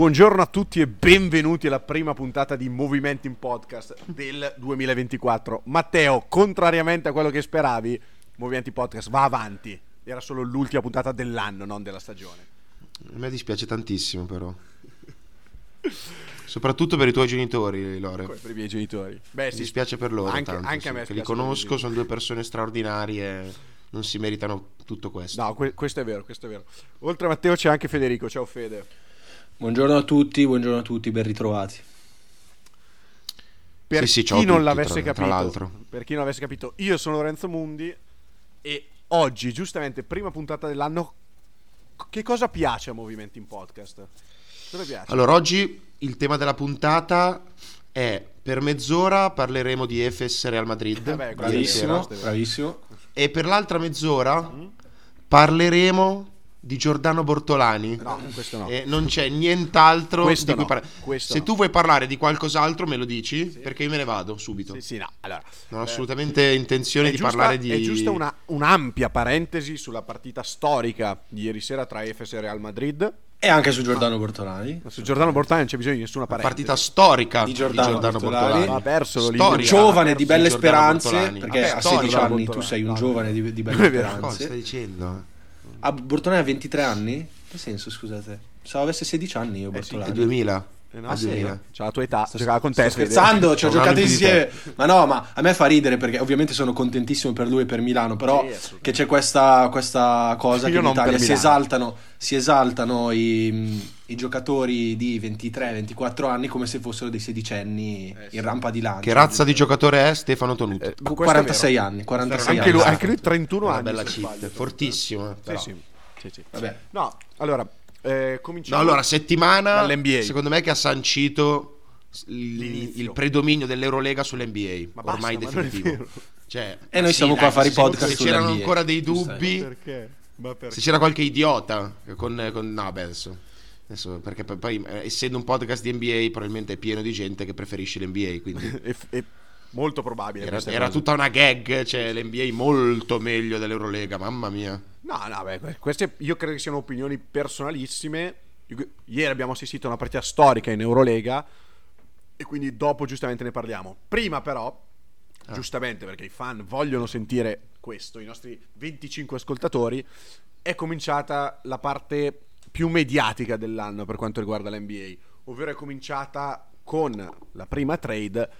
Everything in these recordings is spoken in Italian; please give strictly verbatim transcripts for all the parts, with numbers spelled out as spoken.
buongiorno a tutti e benvenuti alla prima puntata di Movimenti in Podcast del duemilaventiquattro. Matteo, contrariamente a quello che speravi, Movimenti in Podcast va avanti. Era solo l'ultima puntata dell'anno, non della stagione. A me dispiace tantissimo, però. Soprattutto per i tuoi genitori, Lore. Per i miei genitori. Beh, Mi sì, dispiace per loro, anche, tanto, anche a sì, me che li spiace conosco, così. sono due persone straordinarie, non si meritano tutto questo. No, que- questo è vero, questo è vero. Oltre a Matteo c'è anche Federico. Ciao Fede. Buongiorno a tutti, buongiorno a tutti, ben ritrovati. Per Sì, sì, chi ciao a non tutti, l'avesse tra- tra capito, l'altro. per chi non l'avesse capito, io sono Lorenzo Mundi e oggi, giustamente, prima puntata dell'anno, che cosa piace a Movimenti in Podcast? Cosa piace? Allora, oggi il tema della puntata è: per mezz'ora parleremo di F S Real Madrid, Eh beh, ieri Bravissimo, sera, bravissimo. e per l'altra mezz'ora parleremo di Giordano Bortolani. No, questo no. E non c'è nient'altro Questo di cui no, parlare. questo Se no. tu vuoi parlare di qualcos'altro me lo dici, perché io me ne vado subito. Sì, sì, no. Allora, Non ho eh, assolutamente intenzione è di giusta, parlare di... è giusta una, un'ampia parentesi sulla partita storica di ieri sera tra F S e Real Madrid. E anche su Giordano Bortolani. Ma su Giordano Bortolani non c'è bisogno di nessuna Una parentesi. partita storica Di Giordano Bortolani. Ma ha perso Storica. l'Olimpia. Giovane di Sì, belle Giordano speranze, Bortolani. perché Vabbè, a storico, sedici anni Bortolani. tu sei un No, giovane di, di non belle è vero. Cosa stai speranze. dicendo? Ah, Bortolani ha ventitré anni? Che senso, scusate? Se avesse sedici anni io Eh sì, È Bortolani. duemila. Eh no, Ah, sì, duemila. c'ha la tua età, giocava con te. Sto Fede. scherzando, ci ho Ho un anno giocato più di insieme. Ma no, ma a me fa ridere perché ovviamente sono contentissimo per lui e per Milano. Però Sì, assolutamente. che c'è questa, questa cosa Io che in non per Italia si Milano. esaltano, si esaltano i, i giocatori di ventitré ventiquattro anni come se fossero dei sedicenni Eh, sì. in rampa di lancio. Che razza di giocatore è Stefano Tonuto? Eh, ma Qu- questo è quarantasei vero. anni, quarantasei Anche lui, anni. anche lui trentuno Una anni. bella se non cheat, sbaglio. fortissimo. eh, Sì, però. sì, sì, sì. Vabbè. No, allora, eh, cominciamo. No, allora, settimana dall'N B A. secondo me che ha sancito il, L'inizio. il predominio dell'Eurolega sull'N B A, Ma ormai basta, ma non è definitivo. vero. Cioè, E noi sì, siamo dai, qua a fare i se- podcast Se c'erano sull'N B A. ancora dei dubbi, Perché? Ma perché? se c'era qualche idiota con, con no, beh, adesso, adesso perché poi, poi, eh, essendo un podcast di N B A probabilmente è pieno di gente che preferisce l'N B A, quindi è, è molto probabile. era, questa era cosa. tutta una gag, cioè l'N B A molto meglio dell'Eurolega, mamma mia. No, no, beh, queste io credo che siano opinioni personalissime. Ieri abbiamo assistito a una partita storica in Eurolega e quindi dopo giustamente ne parliamo. Prima però, Ah. giustamente perché i fan vogliono sentire questo, i nostri venticinque ascoltatori, è cominciata la parte più mediatica dell'anno per quanto riguarda l'N B A, ovvero è cominciata con la prima trade,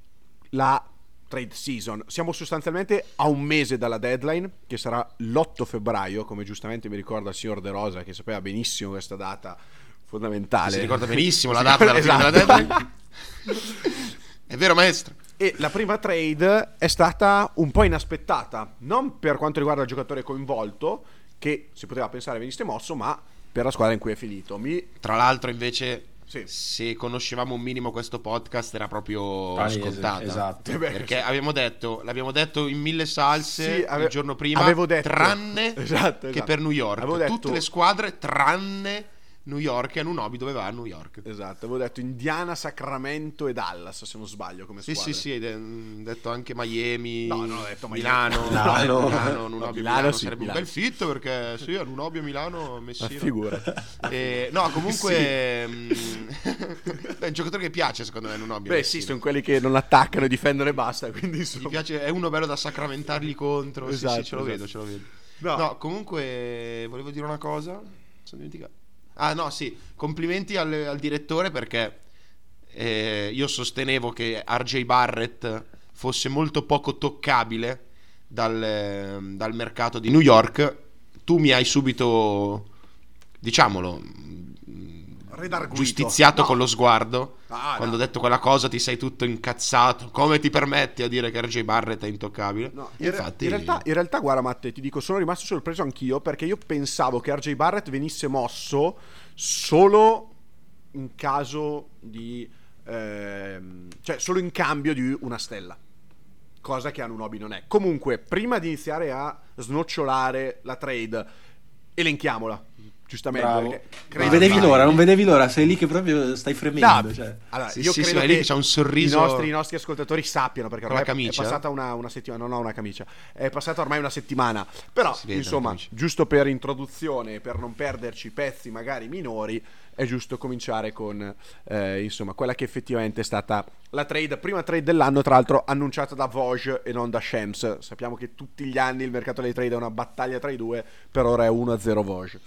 la trade season. Siamo sostanzialmente a un mese dalla deadline, che sarà l'otto febbraio, come giustamente mi ricorda il signor De Rosa, che sapeva benissimo questa data fondamentale. Si ricorda benissimo la Si data della ricorda- fine della esatto. deadline. È vero, maestro? E la prima trade è stata un po' inaspettata, non per quanto riguarda il giocatore coinvolto, che si poteva pensare venisse mosso, ma per la squadra in cui è finito. Mi... Tra l'altro, invece, Sì. se conoscevamo un minimo questo podcast, era proprio Palese, scontata. esatto. Eh beh, Perché abbiamo detto, l'abbiamo detto in mille salse Sì, ave- il giorno prima, avevo detto. tranne Esatto, che esatto. per New York. Avevo detto- Tutte le squadre, tranne New York e Anunoby, dove va a New York. Esatto, avevo detto Indiana, Sacramento e Dallas, se non sbaglio, come Sì, squadre. sì, sì, hai de- detto anche Miami, No, non ho detto Miami. Milano, Milano. Milano, Anunoby, No, Milano, Milano sì, sarebbe Milano. un bel fit perché sì, Anunoby, Milano, Ma Messina. figurati. Eh, no, comunque mm, è un giocatore che piace secondo me Anunoby. Beh sì, sono quelli che non attaccano e difendono e basta, quindi Mi insomma... piace, è uno bello da sacramentargli contro. Sì, Esatto, sì, ce lo esatto. vedo, ce lo vedo. No. No. comunque volevo dire una cosa. Sono dimenticato. Ah, no, sì. Complimenti al, al direttore perché eh, io sostenevo che R J Barrett fosse molto poco toccabile dal, eh, dal mercato di New York. Tu mi hai subito, diciamolo, Redarguito. giustiziato No. con lo sguardo. Ah, Quando no. ho detto quella cosa ti sei tutto incazzato. Come ti permetti a dire che R J Barrett è intoccabile? No, E in, re- infatti in realtà, in realtà, guarda Matte, ti dico, sono rimasto sorpreso anch'io perché io pensavo che R J Barrett venisse mosso solo in caso di... ehm, cioè solo in cambio di una stella. Cosa che Anunoby non è. Comunque, prima di iniziare a snocciolare la trade, elenchiamola. giustamente. Bravo. perché Non credo- vedevi l'ora, non vedevi l'ora, sei lì che proprio stai fremendo. No, Cioè. allora, Sì, io sì, sì, credo ma vedi che che c'ha un sorriso- i nostri, i nostri ascoltatori sappiano, perché Con ormai la camicia? è passata una, una settimana, non ho una camicia, è passata ormai una settimana, però Si vede la insomma, camicia. giusto per introduzione, per non perderci pezzi magari minori, è giusto cominciare con eh, insomma quella che effettivamente è stata la trade, prima trade dell'anno, tra l'altro annunciata da Vogue e non da Shams. Sappiamo che tutti gli anni il mercato dei trade è una battaglia tra i due, per ora è uno a zero Vogue.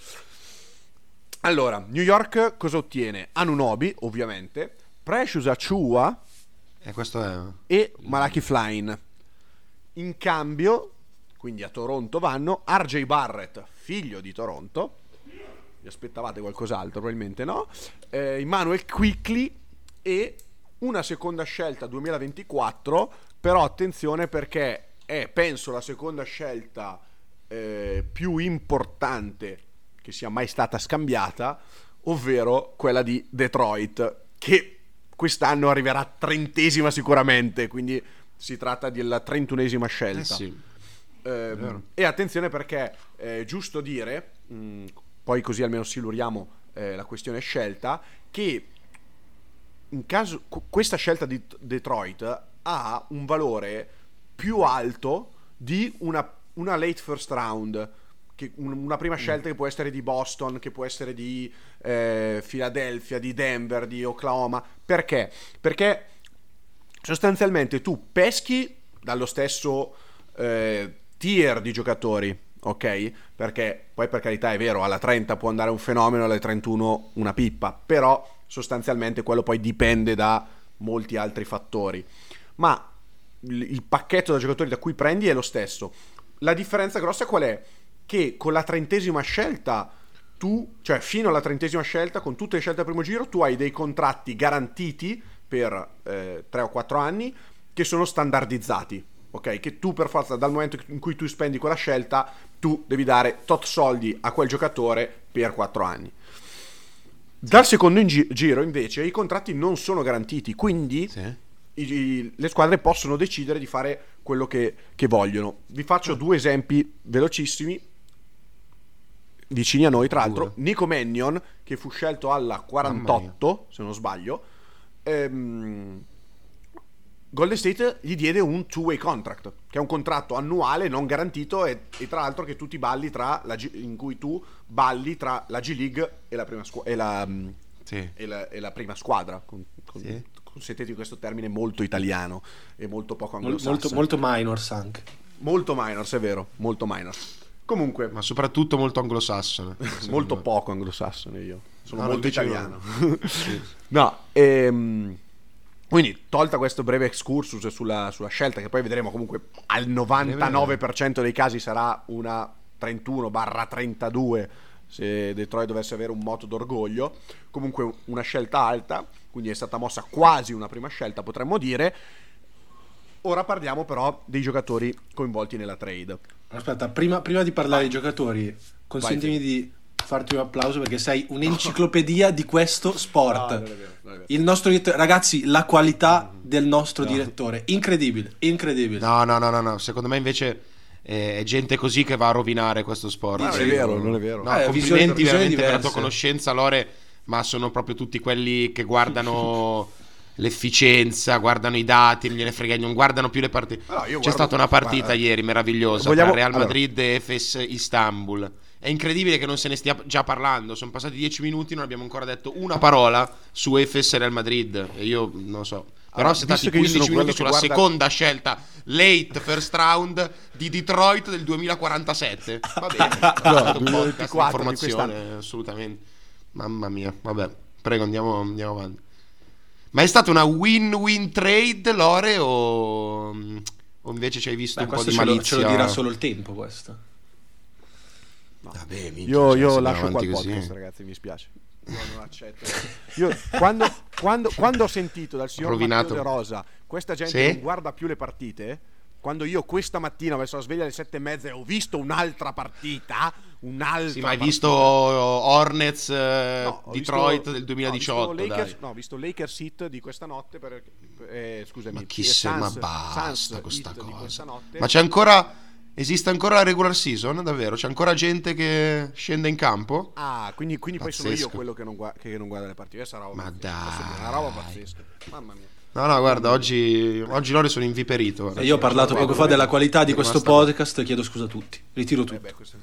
Allora, New York cosa ottiene? Anunoby, ovviamente, Precious Achiuwa E questo è... e Malachi Flynn. In cambio, quindi a Toronto vanno R J Barrett, figlio di Toronto. Vi aspettavate qualcos'altro? Probabilmente no. Eh, Emmanuel Quickley e una seconda scelta duemilaventiquattro, però attenzione perché è, penso, la seconda scelta eh, più importante che sia mai stata scambiata, ovvero quella di Detroit, che quest'anno arriverà trentesima sicuramente, quindi si tratta della trentunesima scelta. Eh sì. Eh, vero. e attenzione perché è giusto dire, mh, poi così almeno siluriamo eh, la questione scelta, che in caso qu- questa scelta di T- Detroit ha un valore più alto di una, una late first round, che un- una prima scelta che può essere di Boston, che può essere di eh, Philadelphia, di Denver, di Oklahoma. Perché? Perché sostanzialmente tu peschi dallo stesso eh, tier di giocatori, ok? Perché poi, per carità, è vero, alla trenta può andare un fenomeno, alle trentuno una pippa, però sostanzialmente quello poi dipende da molti altri fattori. Ma il il pacchetto da giocatori da cui prendi è lo stesso. La differenza grossa qual è? Che con la trentesima scelta tu, cioè fino alla trentesima scelta, con tutte le scelte al primo giro, tu hai dei contratti garantiti per eh, tre o quattro anni che sono standardizzati, ok? Che tu per forza, dal momento in cui tu spendi quella scelta, tu devi dare tot soldi a quel giocatore per quattro anni. Dal secondo in gi- giro invece i contratti non sono garantiti, quindi Sì. i- i- le squadre possono decidere di fare quello che, che vogliono. Vi faccio due esempi velocissimi vicini a noi, tra l'altro. Due. Nico Mannion, che fu scelto alla quarantotto, se non sbaglio, ehm, Golden State gli diede un two-way contract, che è un contratto annuale non garantito e, e tra l'altro che tu ti balli tra la G- in cui tu balli tra la G League e la prima, squ- e la, mm, Sì. e la, e la prima squadra, con, con, Sì. consentitemi questo termine molto italiano e molto poco Mol- anglosassone. molto, molto minors anche. Molto minors, è vero, molto minors. Comunque, Ma soprattutto molto anglosassone. molto poco anglosassone io. Sono No, no, molto invece italiano. no. Sì. No, ehm, quindi tolta questo breve excursus sulla, sulla scelta, che poi vedremo comunque al novantanove per cento dei casi sarà una trentuno trentadue se Detroit dovesse avere un moto d'orgoglio, comunque una scelta alta, quindi è stata mossa quasi una prima scelta, potremmo dire. Ora parliamo però dei giocatori coinvolti nella trade. Aspetta, prima, prima di parlare dei giocatori, consentimi Vai, di farti un applauso perché sei un'enciclopedia di questo sport. No, non è vero, non è vero. Il nostro direttore, ragazzi, la qualità del nostro direttore, incredibile, incredibile. No, no, no, no, no. Secondo me invece eh, è gente così che va a rovinare questo sport. No, non è vero, non è vero. No, Eh, complimenti visioni- visioni veramente per la diverse. tua conoscenza, Lore, ma sono proprio tutti quelli che guardano l'efficienza, guardano i dati, non gliene frega, non guardano più le partite. No, io C'è guardo- stata una partita guarda, ieri meravigliosa vogliamo- tra Real allora. Madrid e Efes Istanbul. È incredibile che non se ne stia già parlando. Sono passati dieci minuti e non abbiamo ancora detto una parola su Efes e Real Madrid. E io non so. Però Allora, siete stati visto che io sono quindici minuti quello sulla che guarda- seconda scelta late first round di Detroit del duemilaquarantasette. Va bene, No, è stato un podcast di duemilaventiquattro di informazione, assolutamente. Mamma mia, vabbè, prego, andiamo, andiamo avanti. Ma è stata una win-win trade, Lore, o, o invece ci hai visto Beh, un po' questo di ce lo, malizia? ce lo dirà solo il tempo, questo. Vabbè, minchia, Io, cioè, io se lascio andiamo qua il avanti podcast, così. ragazzi, mi spiace. Io non accetto. Io quando, quando, quando ho sentito dal signor Rovinato. Matteo De Rosa questa gente Sì? non guarda più le partite, quando io questa mattina ho messo la sveglia alle sette e mezza e ho visto un'altra partita, un'altra Sì, ma hai partita. visto Hornets eh, No, ho Detroit visto- del no, duemiladiciotto, ho visto Lakers, dai. no, ho visto Lakers Heat di questa notte per, eh, scusami, Ma chi eh, se ma Suns- basta Suns questa Heat di cosa. questa notte. Ma c'è ancora Esiste ancora la regular season, davvero? C'è ancora gente che scende in campo? Ah, quindi, quindi poi sono io Pazzesco. quello che non, gua- che non guarda le partite. Questa è una roba Ma pazzesca. Posso dire, dai. Una roba pazzesca. Mamma mia. No, no, guarda, oggi, oggi loro sono inviperito. guarda. E io ho parlato Sono poco fa proprio- della qualità di sono questo rimasto- podcast e chiedo scusa a tutti. Ritiro Eh tutto. beh, questo-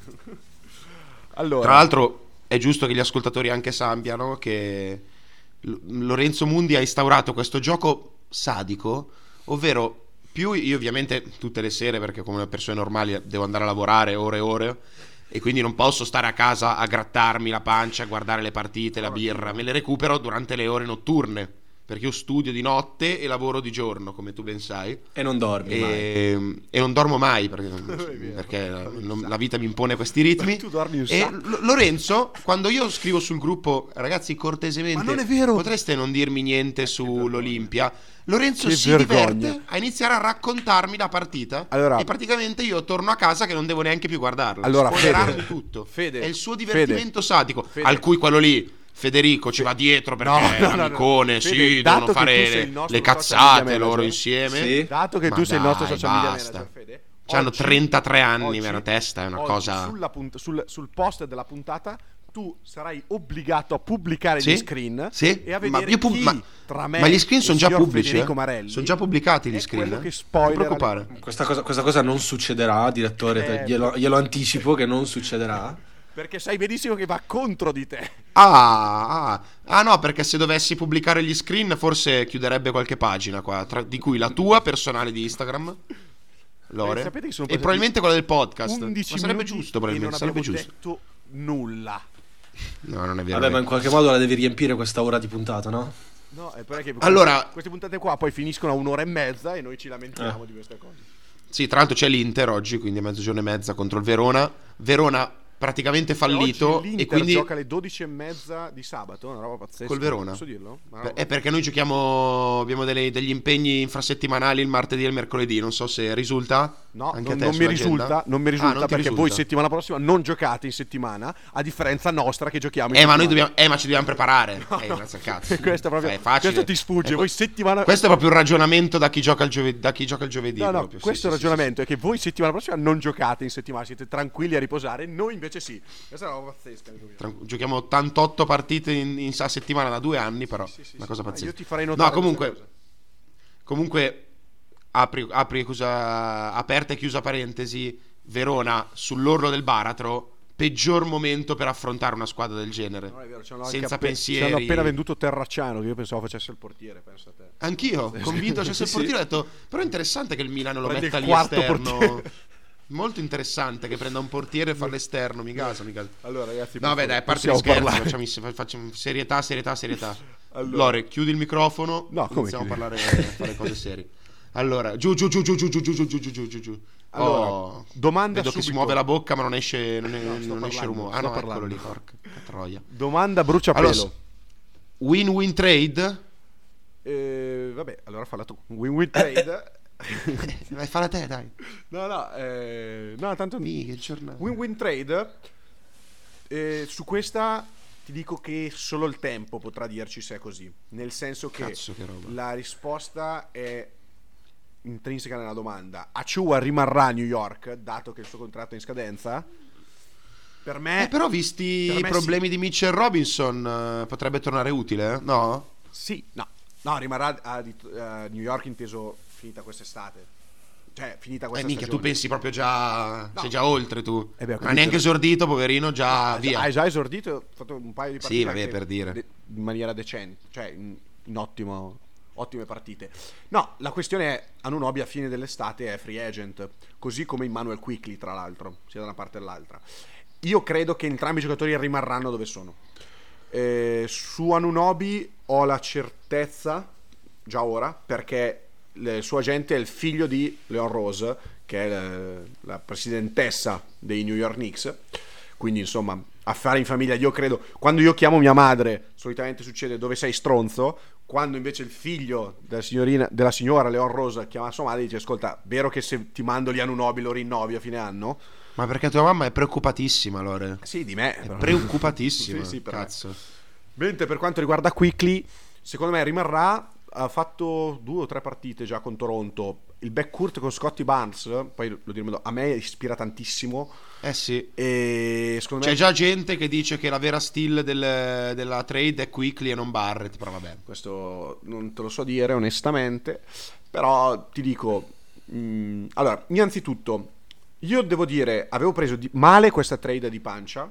allora, Tra l'altro è giusto che gli ascoltatori anche sappiano che L- Lorenzo Mundi ha instaurato questo gioco sadico, ovvero più io ovviamente tutte le sere, perché come persone normali devo andare a lavorare ore e ore e quindi non posso stare a casa a grattarmi la pancia, a guardare le partite, la birra, me le recupero durante le ore notturne, perché io studio di notte e lavoro di giorno, come tu ben sai. E non dormi mai. E, e non dormo mai perché, vero. perché la, non- la vita mi impone questi ritmi. Tu dormi un E sacco. Lo- Lorenzo, quando io scrivo sul gruppo, ragazzi, cortesemente, Ma non è vero. potreste non dirmi niente sull'Olimpia? Lorenzo Che si vergogna. diverte a iniziare a raccontarmi la partita. Allora- e praticamente io torno a casa che non devo neanche più guardarla. Allora, spoilerarmi Fede, tutto. Fede, è il suo divertimento sadico. Fede. Al cui quello lì, Federico, ci va dietro perché No, è no, un no, no. amicone, Fede, sì, dato devono che tu fare sei il le, nostro le social cazzate media loro manager. insieme. Sì. dato che Ma tu sei il nostro dai, social media basta. manager, Fede, C'hanno oggi- trentatré anni, oggi- vera testa, è una oggi cosa... sulla punt- sul, sul post della puntata tu sarai obbligato a pubblicare Sì? gli screen Sì? e a Ma vedere io pub- chi ma- tra me ma gli screen e sono già il signor pubblici, Federico eh? Marelli Sono già pubblicati gli è screen, quello eh? che Non spoiler ti preoccupare. Questa cosa, questa cosa non succederà, direttore. Eh. Glielo, glielo anticipo che non succederà. perché sai benissimo che va contro di te. Ah, ah, ah, no, perché se dovessi pubblicare gli screen forse chiuderebbe qualche pagina qua, tra- di cui la tua personale di Instagram, Lore, Eh, sapete che sono e passati probabilmente quella del podcast. undici Ma sarebbe minuti giusto, e probabilmente, non sarebbe abbiamo giusto. detto nulla. No, non è vero. Vabbè, ma in qualche modo la devi riempire questa ora di puntata, no? No, è perché Allora- queste, queste puntate qua poi finiscono a un'ora e mezza e noi ci lamentiamo Eh. di queste cose. Sì, tra l'altro c'è l'Inter oggi, quindi a mezzogiorno e mezza contro il Verona. Verona praticamente fallito Oggi l'Inter e quindi... gioca alle dodici e mezza di sabato, una roba pazzesca. Col Verona? Posso dirlo? Una Per- roba- È perché noi giochiamo, abbiamo delle- degli impegni infrasettimanali il martedì e il mercoledì, non so se risulta. No, anche non, a te non mi sull'agenda? risulta, non mi Ah, risulta non ti perché risulta. voi settimana prossima non giocate in settimana, a differenza nostra che giochiamo in Eh, ma noi settimana. dobbiamo, eh, ma ci dobbiamo preparare. Eh, grazie al cazzo. Questo è proprio, È facile. questo ti sfugge. Ecco, Voi settimana Questo è proprio un ragionamento da chi gioca il giovedì. Da chi gioca il giovedì No, no, proprio. Sì, questo sì, sì, ragionamento è che voi settimana prossima non giocate in settimana, siete tranquilli a riposare, noi invece sì. Questa è una roba pazzesca. sì. Tran- Giochiamo ottantotto partite in, in- a settimana da due anni, però. Sì, sì, una sì. cosa Ma pazzesca. io ti farei notare No, comunque. questa Comunque, apri, apri e chiusa, aperta e chiusa parentesi. Verona sull'orlo del baratro. Peggior momento per affrontare una squadra del genere. Non è vero, ci hanno anche Senza appe- pensieri. Ci hanno appena venduto Terracciano, che io pensavo facesse il portiere, pensa a te. Anch'io, convinto c'è il Sì. portiere, ho detto, però è interessante che il Milano lo Prende metta il lì quarto esterno. portiere. Molto interessante che prenda un portiere e fa l'esterno, mi casa, mi casa. Allora, ragazzi, No, vabbè, dai, a parte gli possiamo scherzi, parlare. facciamo, facciamo serietà, serietà, serietà. Allora. Lore, chiudi il microfono, No, come iniziamo a chiudi? parlare, a fare cose serie. Allora, giù, giù, giù, giù, giù, giù, giù, giù, giù, giù, giù, giù. Allora, Oh, domanda vedo che si subito. muove la bocca, ma non esce, non, è- No, sto non esce parlando, rumore. Ah, sto no, eccolo parlando. lì, porca troia. Domanda bruciapelo. Allora, win-win trade? Eh, vabbè, allora falla tu. Win-win trade. Vai, falla te, dai. no, no, eh, no, tanto Mica il giornale. win-win trade. Eh, su questa ti dico che solo il tempo potrà dirci se è così. Nel senso che Cazzo, che roba. la risposta è intrinseca nella domanda. Achua rimarrà a New York, dato che il suo contratto è in scadenza? Per me, Eh, però visti per i me problemi di Mitchell Robinson eh, potrebbe tornare utile, eh? No? sì, no, no, rimarrà a, a New York inteso finita quest'estate. Cioè, finita Eh, questa minchia, tu stagione. pensi proprio già... No. Sei già oltre tu. Eh beh, ho Ma capito. neanche esordito, poverino, già Ah, via. Hai già esordito, ha fatto un paio di Sì, partite vabbè, anche per dire. de- in maniera decente, cioè in, in ottimo, ottime partite. No, la questione è Anunoby a fine dell'estate è free agent, così come Immanuel Quickley, tra l'altro, sia da una parte che dall'altra. Io credo che entrambi i giocatori rimarranno dove sono. Eh, su Anunoby ho la certezza già ora, perché il suo agente è il figlio di Leon Rose, che è la, la presidentessa dei New York Knicks. Quindi insomma, affari in famiglia. Io credo, quando io chiamo mia madre, solitamente succede dove sei stronzo. Quando invece il figlio della signorina, della signora Leon Rose chiama sua madre e dice: ascolta, vero che se ti mando gli Anunoby lo rinnovi a fine anno? Ma perché tua mamma è preoccupatissima, Lore. Sì, di me È preoccupatissima. Sì, sì, per me. Cazzo. Mentre per quanto riguarda Quickley, secondo me rimarrà ha fatto due o tre partite già con Toronto. Il backcourt con Scotty Barnes, poi lo diremo, a me ispira tantissimo. Eh sì. E secondo C'è me già gente che dice che la vera steal del- della trade è Quickly e non Barrett, però vabbè. questo non te lo so dire onestamente, però ti dico, mh, allora, innanzitutto, io devo dire, avevo preso di- male questa trade di pancia,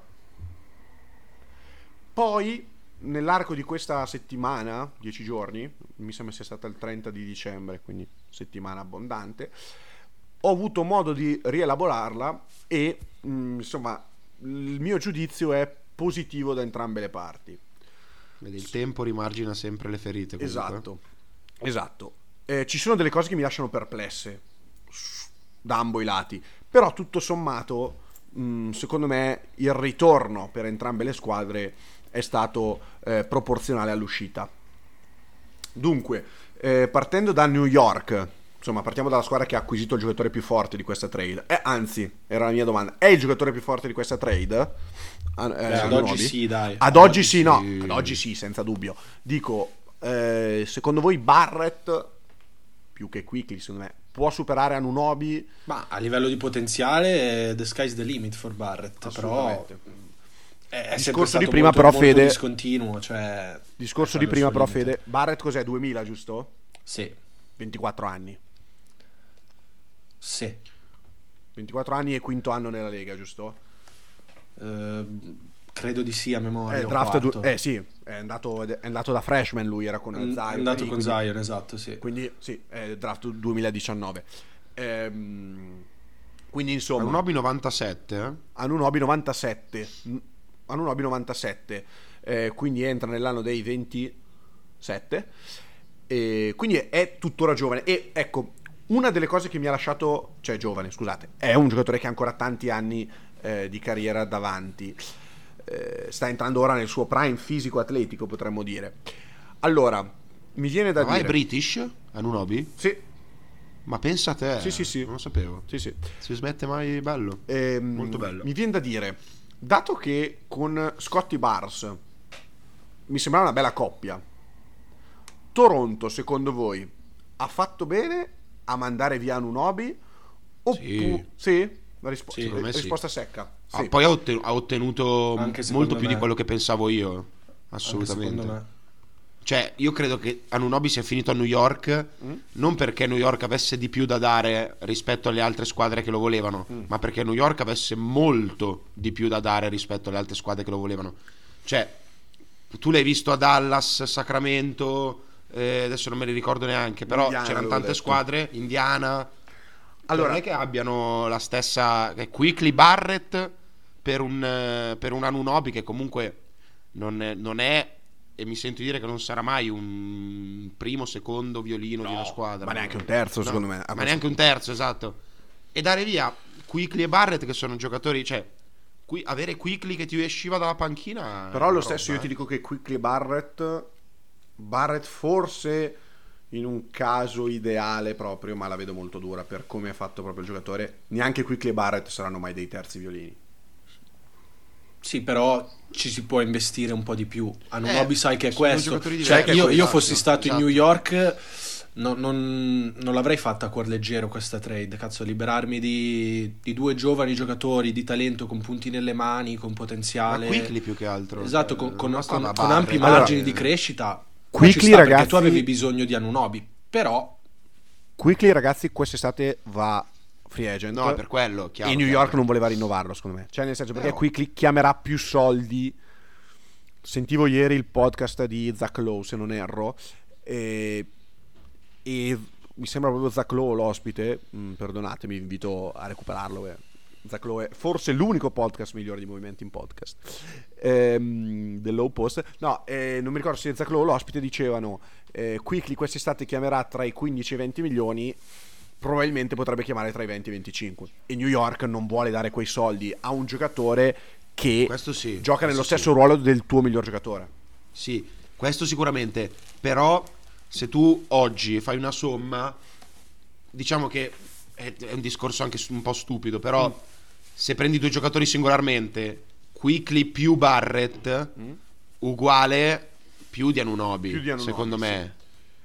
poi nell'arco di questa settimana, dieci giorni, mi sembra sia stata il trenta di dicembre, quindi settimana abbondante, ho avuto modo di rielaborarla e mh, insomma il mio giudizio è positivo da entrambe le parti. Vedi, il tempo rimargina sempre le ferite. Comunque. Esatto, esatto. Eh, ci sono delle cose che mi lasciano perplesse s- da ambo i lati, però tutto sommato, mh, secondo me, il ritorno per entrambe le squadre è stato eh, proporzionale all'uscita. Dunque, eh, partendo da New York, insomma, partiamo dalla squadra che ha acquisito il giocatore più forte di questa trade. Eh, anzi, era la mia domanda: è il giocatore più forte di questa trade? Ah, eh, Beh, ad Anunoby? oggi sì, dai. Ad oggi sì, sì. no. Ad oggi sì, senza dubbio. Dico, eh, secondo voi Barrett, più che Quickly, secondo me, può superare Anunoby? Ma a livello di potenziale, eh, the sky's the limit for Barrett. Però Assolutamente. è, è sempre Discorso stato di prima, molto, però, molto Fede- discontinuo. Cioè, Discorso è di quello prima, il però, suo limite. Fede. Barrett cos'è? duemila, giusto? Sì, ventiquattro anni. sì. ventiquattro anni e quinto anno nella Lega, giusto? Eh, credo di sì a memoria. Eh, o draft quarto. du- eh sì, è andato, è andato da freshman, lui era con Mm, Zion. è andato quindi- con Zion, esatto, sì. Quindi sì, è draft duemiladiciannove. Ehm, quindi insomma, Anunoby novantasette, eh? Anunoby novantasette. Mm, Anunoby novantasette. Eh, quindi entra nell'anno dei ventisette. E quindi è tuttora giovane. E ecco, una delle cose che mi ha lasciato, cioè giovane, scusate, è un giocatore che ha ancora tanti anni eh, di carriera davanti. Eh, sta entrando ora nel suo prime fisico-atletico, potremmo dire. Allora, mi viene da Ma vai dire... British? Anunoby? Sì, Ma pensa a te. Sì, sì, sì. Non lo sapevo. sì, sì. Si smette mai bello. Ehm, Molto bello. Mi viene da dire, dato che con Scotty Barnes mi sembra una bella coppia, Toronto, secondo voi, ha fatto bene a mandare via Anunoby? Oppure... Sì? La rispo- Sì, secondo me sì. risposta secca. Ah, Sì. poi ha, otten- ha ottenuto Anche secondo molto più me. di quello che pensavo io. Anche Assolutamente. secondo me. Cioè, io credo che Anunoby sia finito a New York Mm? non perché New York avesse di più da dare rispetto alle altre squadre che lo volevano, Mm. ma perché New York avesse molto di più da dare rispetto alle altre squadre che lo volevano. Cioè, tu l'hai visto a Dallas, Sacramento, eh, adesso non me li ricordo neanche, però Indiana, c'erano avevo tante detto. squadre, Indiana. Allora- Non è che abbiano la stessa che Quickly Barrett per un, eh, per un Anunoby che comunque non è, non è, e mi sento dire che non sarà mai un primo, secondo violino di una squadra. ma neanche un terzo, No, secondo me. A Ma questo neanche un terzo, esatto. E dare via Quickly e Barrett che sono giocatori, cioè qui, avere Quickly che ti usciva dalla panchina. Però è lo una stesso roba, io ti eh. dico che Quickly e Barrett Barrett forse in un caso ideale proprio, ma la vedo molto dura per come è fatto proprio il giocatore. Neanche Quickly e Barrett saranno mai dei terzi violini. Sì, però ci si può investire un po' di più. Anunoby Eh, sai che è sono questo. giocatori Cioè, diversi, io, io esatto, fossi stato esatto. in New York, no- non, non l'avrei fatta a cuor leggero questa trade. Cazzo, liberarmi di, di due giovani giocatori di talento con punti nelle mani, con Ma potenziale. Quickly più che altro. Esatto, Eh, con, non con- bastava con- con Barrett. ampi Allora, margini di crescita. Quickly, Ci sta, perché ragazzi- tu avevi bisogno di Anunoby. Però Quickly, ragazzi, quest'estate va free agent. No, è per quello, chiaro. e New chiaro. York non voleva rinnovarlo, secondo me. Cioè, nel senso, perché No. Quickly chiamerà più soldi. Sentivo ieri il podcast di Zach Lowe, se non erro, e, e mi sembra proprio Zach Lowe l'ospite. Mm, perdonatemi, vi invito a recuperarlo. eh. Zach Lowe è forse l'unico podcast migliore di Movimenti in Podcast ehm, del Low Post. No, eh, non mi ricordo se Zach Lowe l'ospite dicevano eh, Quickly quest'estate chiamerà tra i quindici e i venti milioni. Probabilmente potrebbe chiamare tra i venti e i venticinque. E New York non vuole dare quei soldi a un giocatore che Questo sì, gioca nello questo stesso sì. ruolo del tuo miglior giocatore. Sì, questo sicuramente. Però se tu oggi fai una somma, diciamo che è, è un discorso anche un po' stupido, però Mm. se prendi due giocatori singolarmente, Quickly più Barrett Mm. uguale più di Anunoby, Più di Anunoby, secondo sì. me.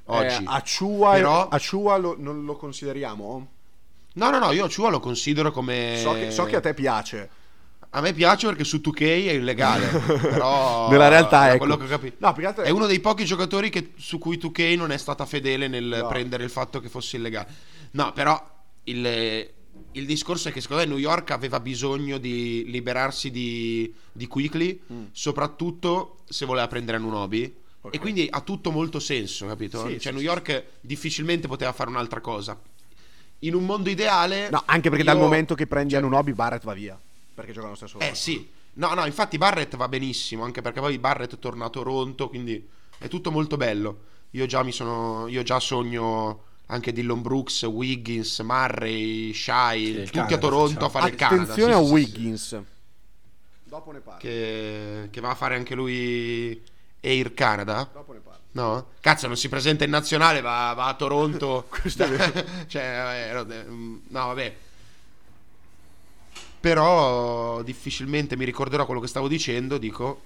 oggi. Eh, Achua, Però- Achua lo- non lo consideriamo? No, no, no, io Chua lo considero come... So che, so che a te piace. A me piace perché su due K è illegale, però Nella realtà, da ecco. quello che ho capito, No, più che altro è uno dei pochi giocatori che- su cui due K non è stata fedele nel No. prendere il fatto che fosse illegale. No, però il, il discorso è che secondo me New York aveva bisogno di liberarsi di, di Quickley, Mm. soprattutto se voleva prendere Anunoby. Ok. E quindi ha tutto molto senso, capito? Sì, Cioè sì, New sì, York difficilmente poteva fare un'altra cosa. In un mondo ideale... No, anche perché io- dal momento che prendi cioè- Anunoby, Barrett va via. Perché gioca allo stesso Eh ruolo. sì, no, no, infatti Barrett va benissimo, anche perché poi Barrett torna a Toronto, quindi è tutto molto bello. Io già mi sono, io già sogno anche Dillon Brooks, Wiggins, Murray, Shai, Sì, il tutti Canada, a Toronto facciamo. a fare il Canada. Attenzione sì, a sì, sì, Wiggins. Dopo ne parlo. che, che va a fare anche lui Air Canada. Dopo ne parlo. No? Cazzo, non si presenta in nazionale, va, va a Toronto. Questo è vero. Cioè, vabbè, no, no, vabbè. Però difficilmente mi ricorderò quello che stavo dicendo. Dico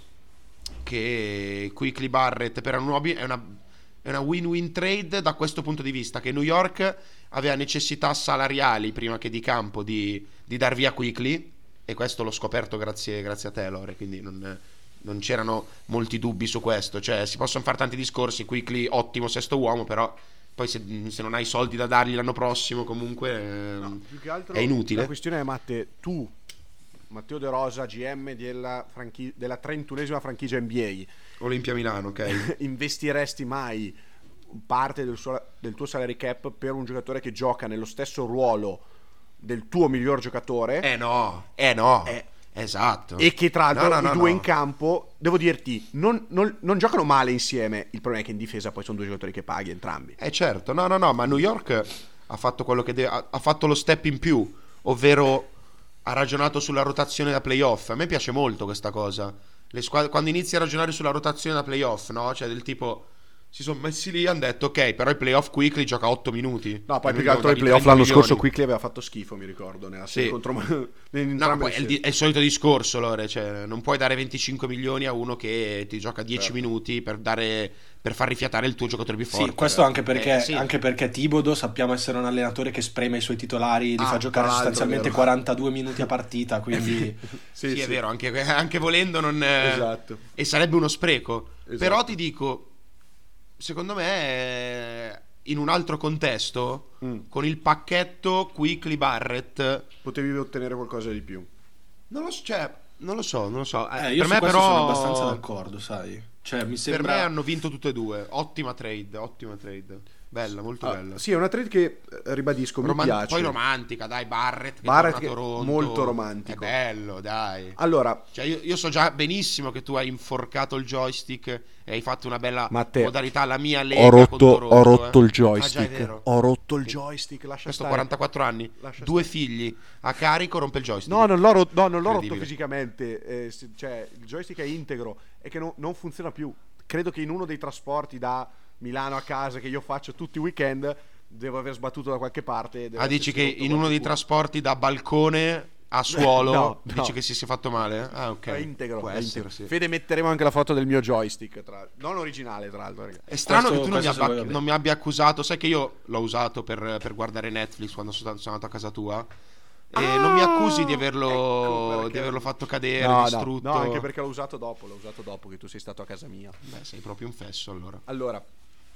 che Quickley Barrett per Anunoby è una, è una win-win trade da questo punto di vista, che New York aveva necessità salariali prima che di campo di, di dar via Quickley, e questo l'ho scoperto grazie, grazie a te, Lore, quindi non, non c'erano molti dubbi su questo. Cioè si possono fare tanti discorsi, Quickley ottimo sesto uomo, però poi se, se non hai soldi da dargli l'anno prossimo comunque ehm, No, più che altro è inutile. La questione è, Matte, tu, Matteo De Rosa, G M della, franchi- della trentunesima franchigia N B Olimpia Milano, ok. A, investiresti mai parte del, suo- del tuo salary cap per un giocatore che gioca nello stesso ruolo del tuo miglior giocatore Eh no, eh no, Eh. esatto. e che tra l'altro No, no, i no, due no. in campo, devo dirti, non, non- non giocano male insieme. Il problema è che in difesa poi sono due giocatori che paghi entrambi. Eh certo, no no no, ma New York ha fatto quello che deve, ha, ha fatto lo step in più, ovvero ha ragionato sulla rotazione da playoff. A me piace molto questa cosa. Le squadre, quando inizi a ragionare sulla rotazione da playoff, no? Cioè del tipo si sono messi lì e hanno detto ok, però i playoff Quickley gioca otto minuti. No, poi E più noi che altro i dobbiamo playoff dargli l'anno trenta scorso milioni. Quickley aveva fatto schifo, mi ricordo, nella serie Sì. contro in No, entrambe poi le è il, di- serie. è il solito discorso, Lore, cioè non puoi dare venticinque milioni a uno che ti gioca dieci Certo. minuti per dare per far rifiatare il tuo giocatore più forte. Sì, questo anche perché, Eh, sì. anche perché Thibodeau sappiamo essere un allenatore che spreme i suoi titolari, li Ah, fa giocare tra l'altro, sostanzialmente vero. quarantadue minuti a partita, quindi Sì, è vero, anche, anche volendo non... Esatto. E sarebbe uno spreco. Esatto. Però ti dico, secondo me, eh, in un altro contesto, Mm. con il pacchetto Quickley Barrett, Potevi ottenere qualcosa di più. non lo so, cioè, non lo so, non lo so. Eh, eh, io per su me questo però... sono abbastanza d'accordo, sai. Cioè, mi Per sembra me hanno vinto tutte e due. Ottima trade, ottima trade. Bella, molto Ah, bella. sì, è una trade che, eh, ribadisco, Roman- mi piace. Poi romantica, dai, Barrett che Barrett torna a che- Toronto. molto romantico. È bello, dai. Allora, Cioè, io, io so già benissimo che tu hai inforcato il joystick e hai fatto una bella Matteo, modalità la mia lega ho con rotto, Toronto, ho rotto eh. il joystick. Ah, già, è vero. Ho rotto il Sì. joystick. Lascia Questo stare. quarantaquattro anni, Lascia due stare. figli a carico, rompe il joystick. No, non l'ho, rot- no, non l'ho rotto Incredibile. fisicamente. eh, se- cioè, il joystick è integro. È che no- non funziona più. Credo che in uno dei trasporti da Milano a casa che io faccio tutti i weekend devo aver sbattuto da qualche parte. deve Ah, dici essersi che rotto in uno dei qualcuno. trasporti da balcone a suolo No, no. dici che si sia fatto male? Ah, ok. È integro, Può è essere, integro. sì. Fede, metteremo anche la foto del mio joystick, tra... non originale tra l'altro, raga. È strano Questo- che tu non mi, questo se abbia, vuoi, vabbè. non mi abbia accusato. Sai che io l'ho usato per, per guardare Netflix quando sono, sono andato a casa tua. E Ah, non mi accusi di averlo, ecco perché. di averlo fatto cadere, No, no, distrutto. no, anche perché l'ho usato dopo, l'ho usato dopo che tu sei stato a casa mia. Beh, sei proprio un fesso allora. Allora,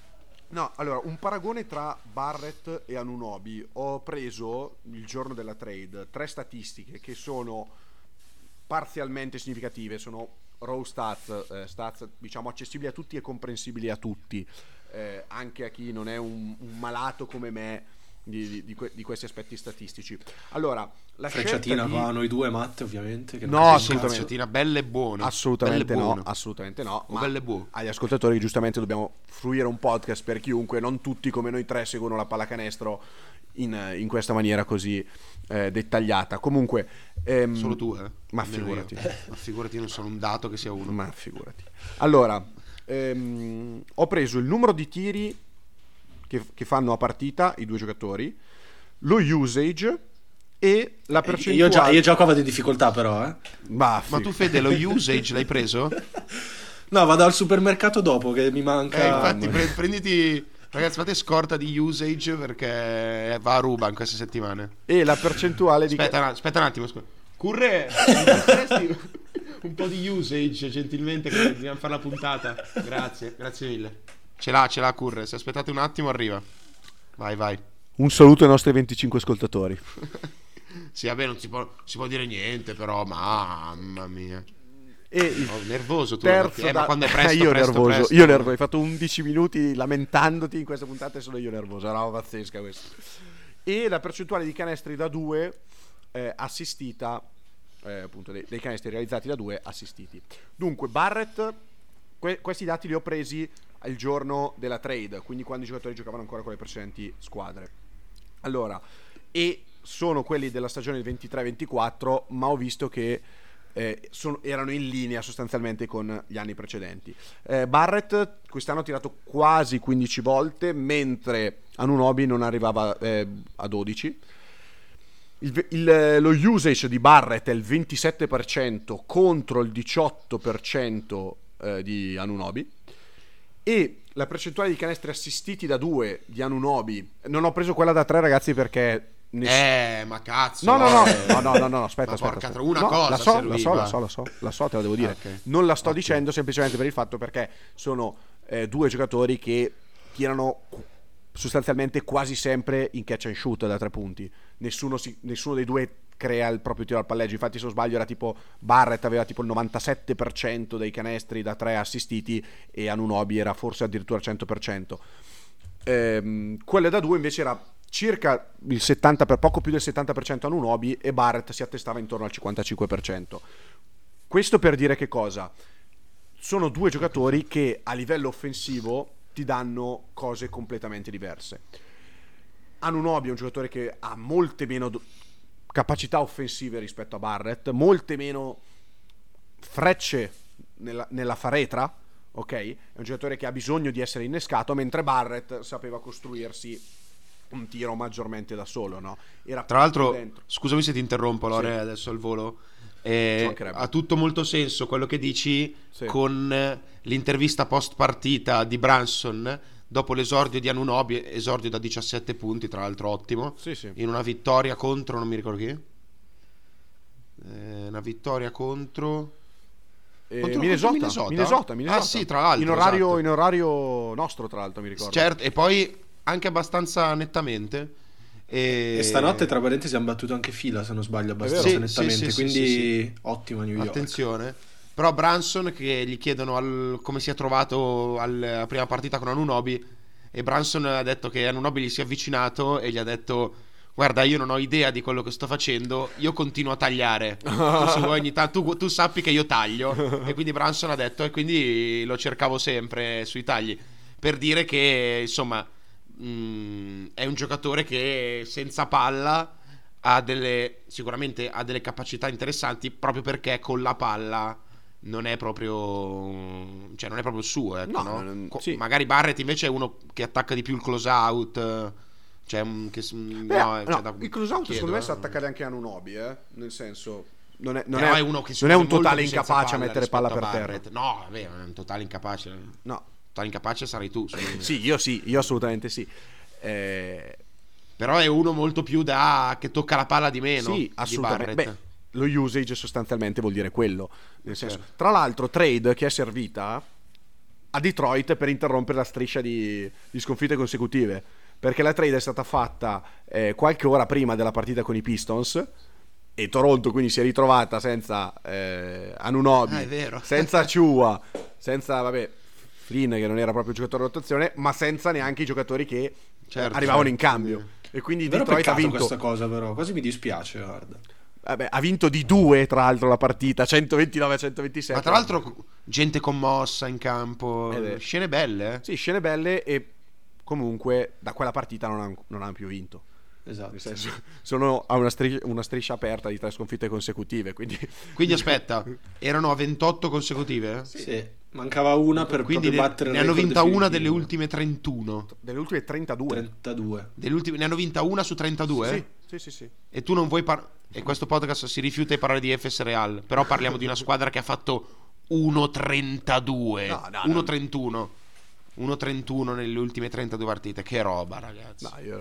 no, allora, un paragone tra Barrett e Anunoby. Ho preso il giorno della trade tre statistiche che sono parzialmente significative, sono raw stats, eh, stats diciamo accessibili a tutti e comprensibili a tutti, eh, anche a chi non è un, un malato come me di, di- di que- di questi aspetti statistici. Allora, la frecciatina scelta di... qua a noi due, Matte, ovviamente. Che non No, capisco. assolutamente. Cazzatina, belle e buone. Assolutamente Belle e no, buone. assolutamente no. O Ma belle e buone. agli ascoltatori che giustamente dobbiamo fruire un podcast per chiunque, non tutti come noi tre seguono la pallacanestro in, in questa maniera così eh, dettagliata. Comunque, ehm, Solo tu, eh? Ma Almeno figurati. io. Ma figurati, non sono un dato che sia uno. Ma figurati. Allora, ehm, ho preso il numero di tiri che, che fanno a partita i due giocatori, lo usage e la percentuale. Io già, io già qua vado in difficoltà, però, eh. Ma, Ma tu, Fede, lo usage l'hai preso? No, vado al supermercato dopo che mi manca. Eh, infatti, pre- prenditi Ragazzi, fate scorta di usage perché va a ruba in queste settimane. E la percentuale di Aspetta, un- aspetta un attimo, scusa. Curre, mi passeresti un po' di usage gentilmente che dobbiamo fare la puntata. Grazie, grazie mille. Ce l'ha, ce l'ha Curre. Se aspettate un attimo arriva. Vai, vai. Un saluto ai nostri venticinque ascoltatori. Sì, vabbè, non si può, si può dire niente, però, mamma mia. E il Oh, nervoso tu. terzo eh, da- ma quando è presto, io presto, nervoso, presto. io nervoso. Hai fatto undici minuti lamentandoti in questa puntata e sono io nervoso. È una roba pazzesca questa. E la percentuale di canestri da due eh, assistita, eh, appunto dei, dei canestri realizzati da due assistiti. Dunque Barrett, que- questi dati li ho presi il giorno della trade, quindi quando i giocatori giocavano ancora con le precedenti squadre. Allora, e sono quelli della stagione ventitré ventiquattro, ma ho visto che eh, sono- erano in linea sostanzialmente con gli anni precedenti. Eh, Barrett quest'anno ha tirato quasi quindici volte, mentre Anunoby non arrivava eh, a dodici. Il- il- lo usage di Barrett è il ventisette per cento contro il diciotto per cento eh, di Anunoby. E la percentuale di canestri assistiti da due di Anunoby, non ho preso quella da tre, ragazzi, perché ness- Eh, ma cazzo. no, no, no, eh. no, no, no, no, aspetta, Ma aspetta, porca aspetta. tro- una No, cosa la so, la serviva. so, la so, la so, la so, te la devo dire. Ah, ok. Non la sto Ottimo. dicendo semplicemente per il fatto perché sono eh, due giocatori che tirano qu- sostanzialmente quasi sempre in catch and shoot da tre punti. Nessuno, si- nessuno dei due crea il proprio tiro al palleggio. Infatti, se non sbaglio, era tipo Barrett aveva tipo il novantasette per cento dei canestri da tre assistiti e Anunoby era forse addirittura il cento per cento. Ehm, quelle da due invece era circa il settanta per poco più del settanta per cento Anunoby e Barrett si attestava intorno al cinquantacinque per cento. Questo per dire che cosa? Sono due giocatori che a livello offensivo ti danno cose completamente diverse. Anunoby è un giocatore che ha molte meno do- capacità offensive rispetto a Barrett, molte meno frecce nella, nella faretra, ok? È un giocatore che ha bisogno di essere innescato, mentre Barrett sapeva costruirsi un tiro maggiormente da solo, no? Era Tra l'altro, più dentro. scusami se ti interrompo, Lore, Sì. adesso al volo. Ci Eh, mancherebbe. ha tutto molto senso quello che dici Sì. con eh, l'intervista post partita di Branson dopo l'esordio di Anunoby, esordio da diciassette punti, tra l'altro ottimo, Sì, sì. in una vittoria contro, non mi ricordo chi. Eh, una vittoria contro Eh, contro- Minnesota, contro Minnesota? Minnesota, Minnesota. Ah, sì, tra l'altro, in orario, esatto. in orario nostro, tra l'altro, mi ricordo. Certo, e poi anche abbastanza nettamente. E, E stanotte, tra parentesi, hanno battuto anche fila, se non sbaglio, vero? abbastanza Sì, nettamente. sì, sì, quindi sì, sì. ottimo New York. Attenzione. Però Branson, che gli chiedono al- come si è trovato al- alla prima partita con Anunoby, e Branson ha detto che Anunoby gli si è avvicinato e gli ha detto: guarda, io non ho idea di quello che sto facendo, io continuo a tagliare. Tu, se vuoi ogni tanto, tu, tu sappi che io taglio. E quindi Branson ha detto, e quindi lo cercavo sempre sui tagli, per dire che insomma mh, è un giocatore che senza palla ha delle, sicuramente ha delle capacità interessanti, proprio perché con la palla non è proprio, cioè non è proprio il suo, ecco, No, no? non- Co- sì. Magari Barrett invece è uno che attacca di più il close out, cioè un- che s- Beh, no, no, cioè, da- il close out chiedo, secondo me eh. sa attaccare anche a Anunoby, eh? Nel senso non è, non Però è, è uno che si non è un muove molto totale più senza incapace a palla mettere palla per rispetto a terra. Barrett. No, vabbè, è un totale incapace. No, Totale incapace sarai tu, secondo me. sì, io sì, io assolutamente sì. Eh, Però è uno molto più da che tocca la palla di meno sì, di assolutamente. Barrett. Beh, lo usage sostanzialmente vuol dire quello. Nel senso, Certo. tra l'altro, trade che è servita a Detroit per interrompere la striscia di, di sconfitte consecutive. Perché la trade è stata fatta eh, qualche ora prima della partita con i Pistons. E Toronto quindi si è ritrovata senza eh, Anunoby, Ah, è vero. senza Chua, senza, vabbè, Flynn che non era proprio giocatore di rotazione, ma senza neanche i giocatori che Certo, arrivavano certo. in cambio. E quindi Vero Detroit ha peccato vinto. questa cosa, però. Quasi mi dispiace, guarda. Vabbè, ha vinto di due, tra l'altro, la partita, centoventinove a centoventisette. Ma tra l'altro gente commossa in campo, Ed è- scene belle, eh? Sì, scene belle e comunque da quella partita non hanno, non hanno più vinto. Esatto. Nel senso, sono a una, striscia, una striscia aperta di tre sconfitte consecutive, quindi... Quindi aspetta, erano a ventotto consecutive? Sì, mancava una per Quindi proprio ne, battere il ne hanno record vinta una definitivo. delle ultime trentuno. Delle ultime trentadue. trentadue. Delle ultime, ne hanno vinta una su trentadue? Sì, sì, sì, sì. E tu non vuoi parlare. E questo podcast si rifiuta di parlare di F S Real. Però parliamo di una squadra che ha fatto uno trentadue, No, no, uno no. trentuno. uno trentuno nelle ultime trentadue partite. Che roba, ragazzi. No, io...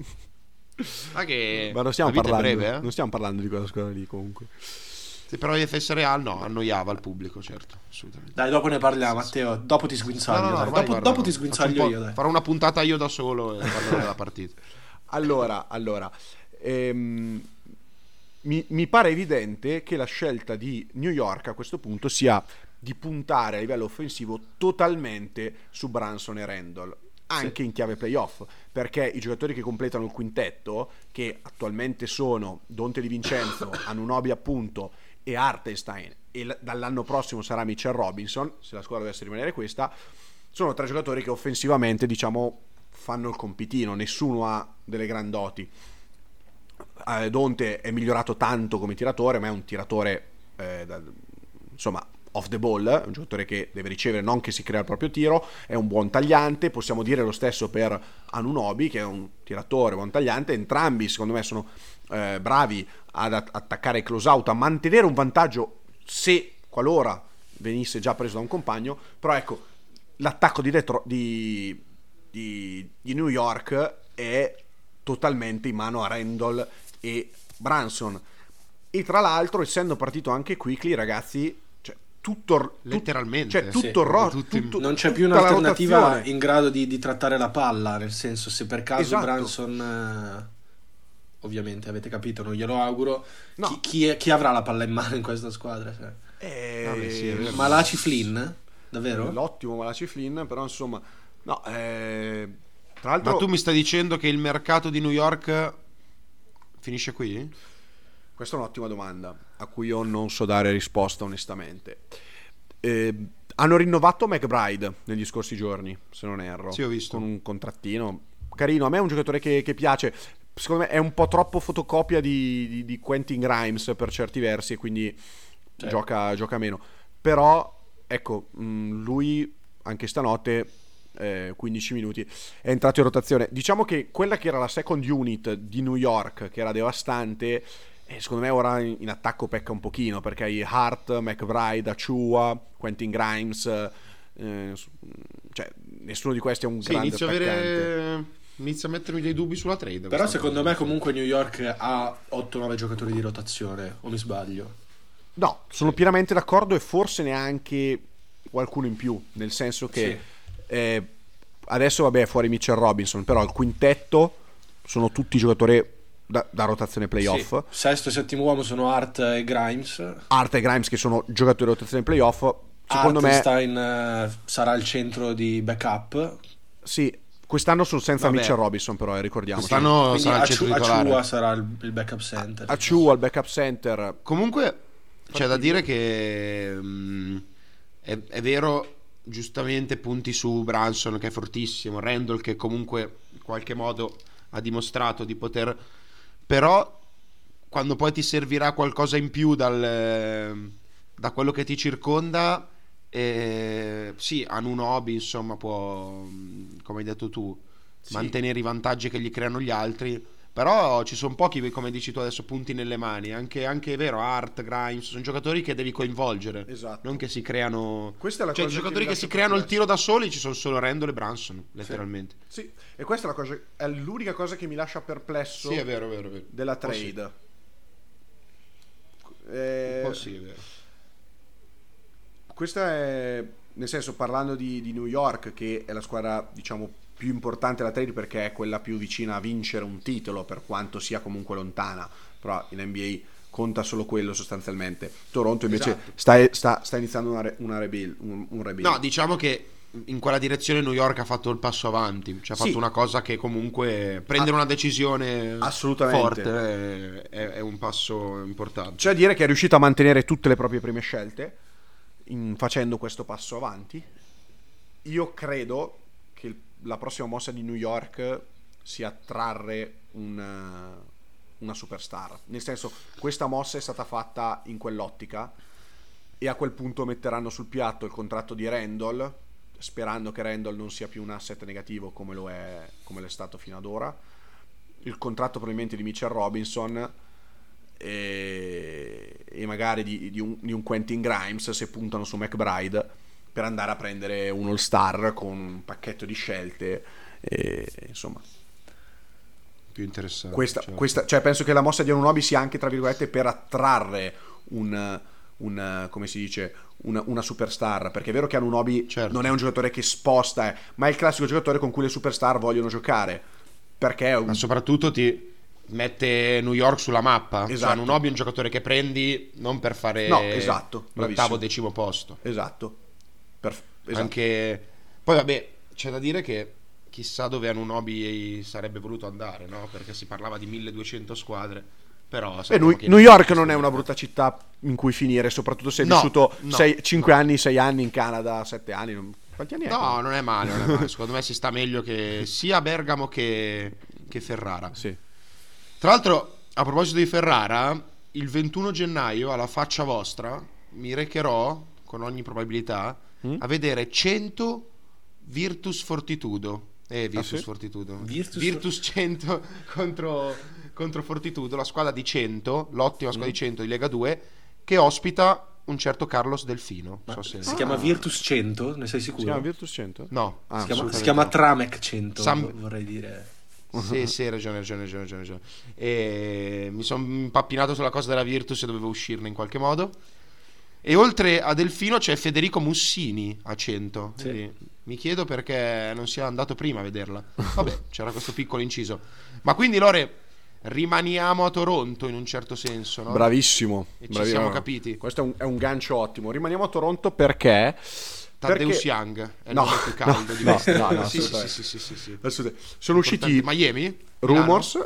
Ma che Ma non stiamo, la vita è parlando, breve, eh? non stiamo parlando di quella squadra lì comunque. Sì, però gli F S Real no, annoiava il pubblico, certo, assolutamente. Dai, dopo ne parliamo, Matteo. Dopo ti sguinzaglio. No, no, no, dai. ormai, Dopo, guarda, dopo ti faccio un sguinzaglio po'- io, dai. Farò una puntata io da solo e parlerò della partita. Allora, allora ehm, mi, mi pare evidente che la scelta di New York a questo punto sia di puntare a livello offensivo totalmente su Brunson e Randall, anche Sì. in chiave playoff, perché i giocatori che completano il quintetto, che attualmente sono Dante Di Vincenzo, Anunoby appunto e Hartenstein, e l- dall'anno prossimo sarà Mitchell Robinson, se la squadra dovesse rimanere questa, sono tre giocatori che offensivamente, diciamo, fanno il compitino, nessuno ha delle grandoti. Eh, Dante è migliorato tanto come tiratore, ma è un tiratore eh, da- insomma off the ball, è un giocatore che deve ricevere, non che si crea il proprio tiro, è un buon tagliante. Possiamo dire lo stesso per Anunoby, che è un tiratore, buon tagliante. Entrambi secondo me sono eh, bravi ad at- attaccare il close out, a mantenere un vantaggio se qualora venisse già preso da un compagno. Però ecco, l'attacco di, Detro- di, di, di New York è totalmente in mano a Randall e Brunson, e tra l'altro essendo partito anche Quickly, ragazzi, cioè tutto tut- Letteralmente, cioè tutto sì, il ro- tutti- tutto- Non c'è più tutta la un'alternativa rotazione. in grado di, di trattare la palla, nel senso, se per caso Esatto. Brunson, eh, ovviamente avete capito, non glielo auguro, No. chi, chi, è- chi avrà la palla in mano in questa squadra? Cioè? Eh, Vabbè, sì, è vero. Malachi Flynn? Davvero? l'ottimo Malachi Flynn, però insomma no, eh, tra l'altro Ma tu mi stai dicendo che il mercato di New York finisce qui? questa è un'ottima domanda a cui io non so dare risposta onestamente. Eh, hanno rinnovato McBride negli scorsi giorni, se non erro, Sì, ho visto. con un contrattino carino. A me è un giocatore che, che piace, secondo me è un po' troppo fotocopia di, di, di Quentin Grimes per certi versi, e quindi Certo. gioca, gioca meno. Però ecco, mh, lui anche stanotte eh, quindici minuti è entrato in rotazione. Diciamo che quella che era la second unit di New York, che era devastante, eh, secondo me ora in, in attacco pecca un pochino, perché hai Hart, McBride, Achua, Quentin Grimes, eh, cioè nessuno di questi è un Sì, grande inizio a attaccante. avere inizio a mettermi dei dubbi sulla trade. Però questa secondo cosa. me comunque New York ha otto nove giocatori di rotazione, o mi sbaglio? No, sono pienamente d'accordo, e forse neanche qualcuno in più, nel senso che eh, adesso vabbè è fuori Mitchell Robinson, però il quintetto sono tutti giocatori da, da rotazione playoff. Sì. Sesto e settimo uomo sono Hart e Grimes. Art e Grimes che sono giocatori di rotazione playoff. Secondo me Hartenstein eh, sarà il centro di backup. sì, quest'anno sono senza Vabbè. Mitchell Robinson, però eh, ricordiamoci. Quest'anno Quindi sarà il centro Achu- titolare. Achua sarà il, il backup center. Achua al backup center. Comunque c'è da dire che mh, è, è vero, giustamente punti su Brunson che è fortissimo, Randall che comunque in qualche modo ha dimostrato di poter, però quando poi ti servirà qualcosa in più dal, da quello che ti circonda, eh, sì, Anunoby insomma può, come hai detto tu, Sì. mantenere i vantaggi che gli creano gli altri. Però ci sono pochi, come dici tu adesso, punti nelle mani. Anche, anche è vero, Hart, Grimes, sono giocatori che devi coinvolgere. Esatto. Non che si creano. Questa è la Cioè, cosa che giocatori mi che, lascia si creano il perplesso. tiro da soli ci sono solo Randall e Brunson, letteralmente. Sì, e questa è la cosa, è l'unica cosa che mi lascia perplesso Sì, è vero, è vero, è vero. della Un po' sì. trade. Eh, Un po' sì, è vero. Questa è, nel senso, parlando di, di New York, che è la squadra diciamo più importante della trade perché è quella più vicina a vincere un titolo, per quanto sia comunque lontana, però in N B A conta solo quello sostanzialmente. Toronto invece Esatto. sta, sta, sta iniziando una, re, una rebuild, un, un rebuild. No, diciamo che in quella direzione New York ha fatto il passo avanti. Cioè, ha Sì. fatto una cosa che comunque prendere Ah, una decisione assolutamente. forte è, è- è un passo importante. C'è da dire che è riuscito a mantenere tutte le proprie prime scelte in- facendo questo passo avanti. Io credo che il- la prossima mossa di New York sia trarre un, una superstar. Nel senso, questa mossa è stata fatta in quell'ottica, e a quel punto metteranno sul piatto il contratto di Randall, sperando che Randall non sia più un asset negativo come lo è, come l'è stato fino ad ora, il contratto probabilmente di Mitchell Robinson e, e magari di, di, un, di un Quentin Grimes se puntano su McBride, per andare a prendere un all-star con un pacchetto di scelte e, insomma più interessante. Questa, certo. questa, cioè penso che la mossa di Anunoby sia anche tra virgolette per attrarre un, un come si dice una, una superstar, perché è vero che Anunoby certo. non è un giocatore che sposta, eh, ma è il classico giocatore con cui le superstar vogliono giocare, perché è un... ma soprattutto ti mette New York sulla mappa. Esatto. Cioè, Anunoby è un giocatore che prendi non per fare no, esatto, l'ottavo decimo posto. Esatto. Per... esatto. Anche poi vabbè, c'è da dire che chissà dove Anunoby sarebbe voluto andare, no? Perché si parlava di milleduecento squadre. Però Beh, New, New York non è una brutta città in cui finire, soprattutto se hai no, vissuto no, cinque no. anni, sei anni in Canada, sette anni. Non... Quanti anni è? No, non è male, non è male. Secondo me si sta meglio che sia Bergamo che, che Ferrara. Sì. Tra l'altro, a proposito di Ferrara, il ventuno gennaio, alla faccia vostra, mi recherò, con ogni probabilità, mm? a vedere cento Virtus Fortitudo. Eh, Virtus ah, sì? Fortitudo. Virtus, Virtus cento contro, contro Fortitudo, la squadra di cento, l'ottima squadra mm. di cento di Lega due, che ospita un certo Carlos Delfino. So se... Si ah. chiama Virtus cento? Ne sei sicuro? Si chiama Virtus cento? No. Ah, si, chiama, si chiama Tramec cento, Sam... vorrei dire. Sì, sì, ragione, ragione, ragione, ragione, ragione. E mi sono impappinato sulla cosa della Virtus e dovevo uscirne in qualche modo. E oltre a Delfino c'è Federico Mussini a cento. Sì. Mi chiedo perché non sia andato prima a vederla. Vabbè, c'era questo piccolo inciso. Ma quindi Lore, rimaniamo a Toronto in un certo senso, no? Bravissimo. E ci bravissimo. siamo capiti. Questo è un, è un gancio ottimo. Rimaniamo a Toronto perché... Taddeus perché... Young è no, il nome più caldo no, di no, questo. no, no, sì, sì, assolutamente. sì, sì, sì, sì. Assolutamente. Sono usciti Miami? rumors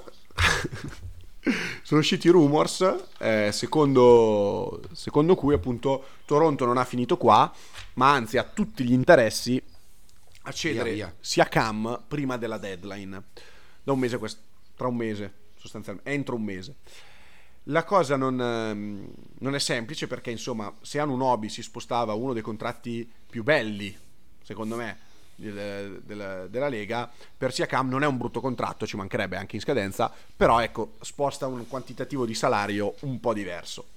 sono usciti rumors eh, secondo, secondo cui appunto Toronto non ha finito qua, ma anzi ha tutti gli interessi a cedere via, via. Siakam prima della deadline, da un mese quest- tra un mese sostanzialmente, entro un mese. La cosa non, ehm, non è semplice perché insomma se Anunoby si spostava uno dei contratti più belli secondo me del, del, della Lega, per Siakam non è un brutto contratto, ci mancherebbe anche in scadenza, però ecco sposta un quantitativo di salario un po' diverso.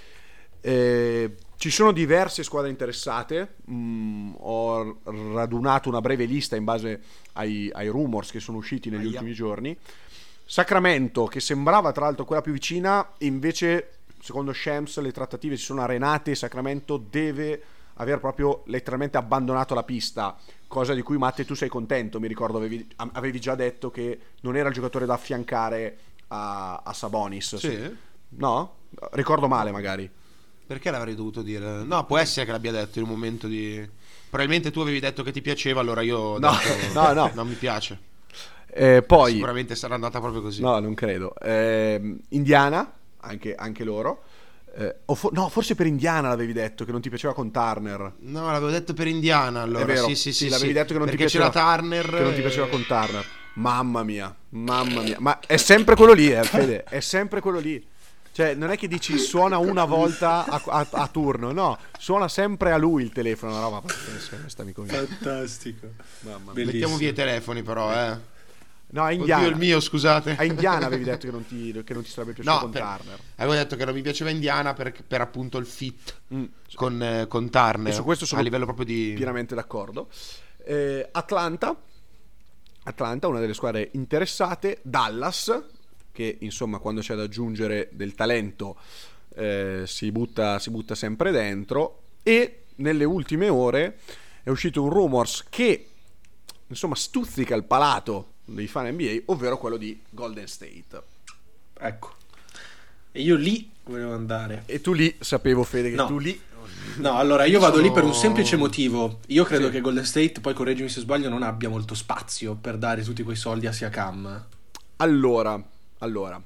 Eh, ci sono diverse squadre interessate, mm, ho radunato una breve lista in base ai, ai rumors che sono usciti negli Aia. ultimi giorni. Sacramento, che sembrava tra l'altro quella più vicina, invece secondo Shams le trattative si sono arenate e Sacramento deve aver proprio letteralmente abbandonato la pista, cosa di cui Matte tu sei contento, mi ricordo avevi, avevi già detto che non era il giocatore da affiancare a, a Sabonis. Sì. No? Ricordo male magari. Perché l'avrei dovuto dire? No, può essere che l'abbia detto in un momento di... Probabilmente tu avevi detto che ti piaceva, allora io ho no, detto, no, no. non mi piace. Eh, poi, sicuramente sarà andata proprio così. No, non credo. Eh, Indiana, anche, anche loro. Eh, o fo- no, forse per Indiana l'avevi detto che non ti piaceva con Turner. No, l'avevo detto per Indiana allora. È vero, Sì, sì, sì, l'avevi sì. detto che non perché ti piaceva c'era Turner. Che non ti piaceva con Turner. Mamma mia, mamma mia. Ma è sempre quello lì, eh, Fede. È sempre quello lì. Cioè, non è che dici suona una volta a, a, a turno, no, suona sempre a lui il telefono, una roba pazzesca, questa mi convince. Fantastico. Mamma mia. Mettiamo via i telefoni però, eh. No, a Indiana. Oddio, il mio, scusate. A Indiana avevi detto che non ti, che non ti sarebbe piaciuto No, con per- Turner. Avevo detto che non mi piaceva Indiana per, per appunto il fit Mm. con, eh, con Turner. E su questo sono a livello proprio di... pienamente d'accordo. Eh, Atlanta, Atlanta, una delle squadre interessate. Dallas, che insomma quando c'è da aggiungere del talento eh, si butta, si butta sempre dentro. E nelle ultime ore è uscito un rumors che insomma stuzzica il palato dei fan N B A, ovvero quello di Golden State. Ecco. E io lì volevo andare. E tu lì, sapevo Fede che No. tu lì... No, allora io vado Sono- lì per un semplice motivo. Io credo Sì. che Golden State, poi correggimi se sbaglio, non abbia molto spazio per dare tutti quei soldi a Siakam. Allora, allora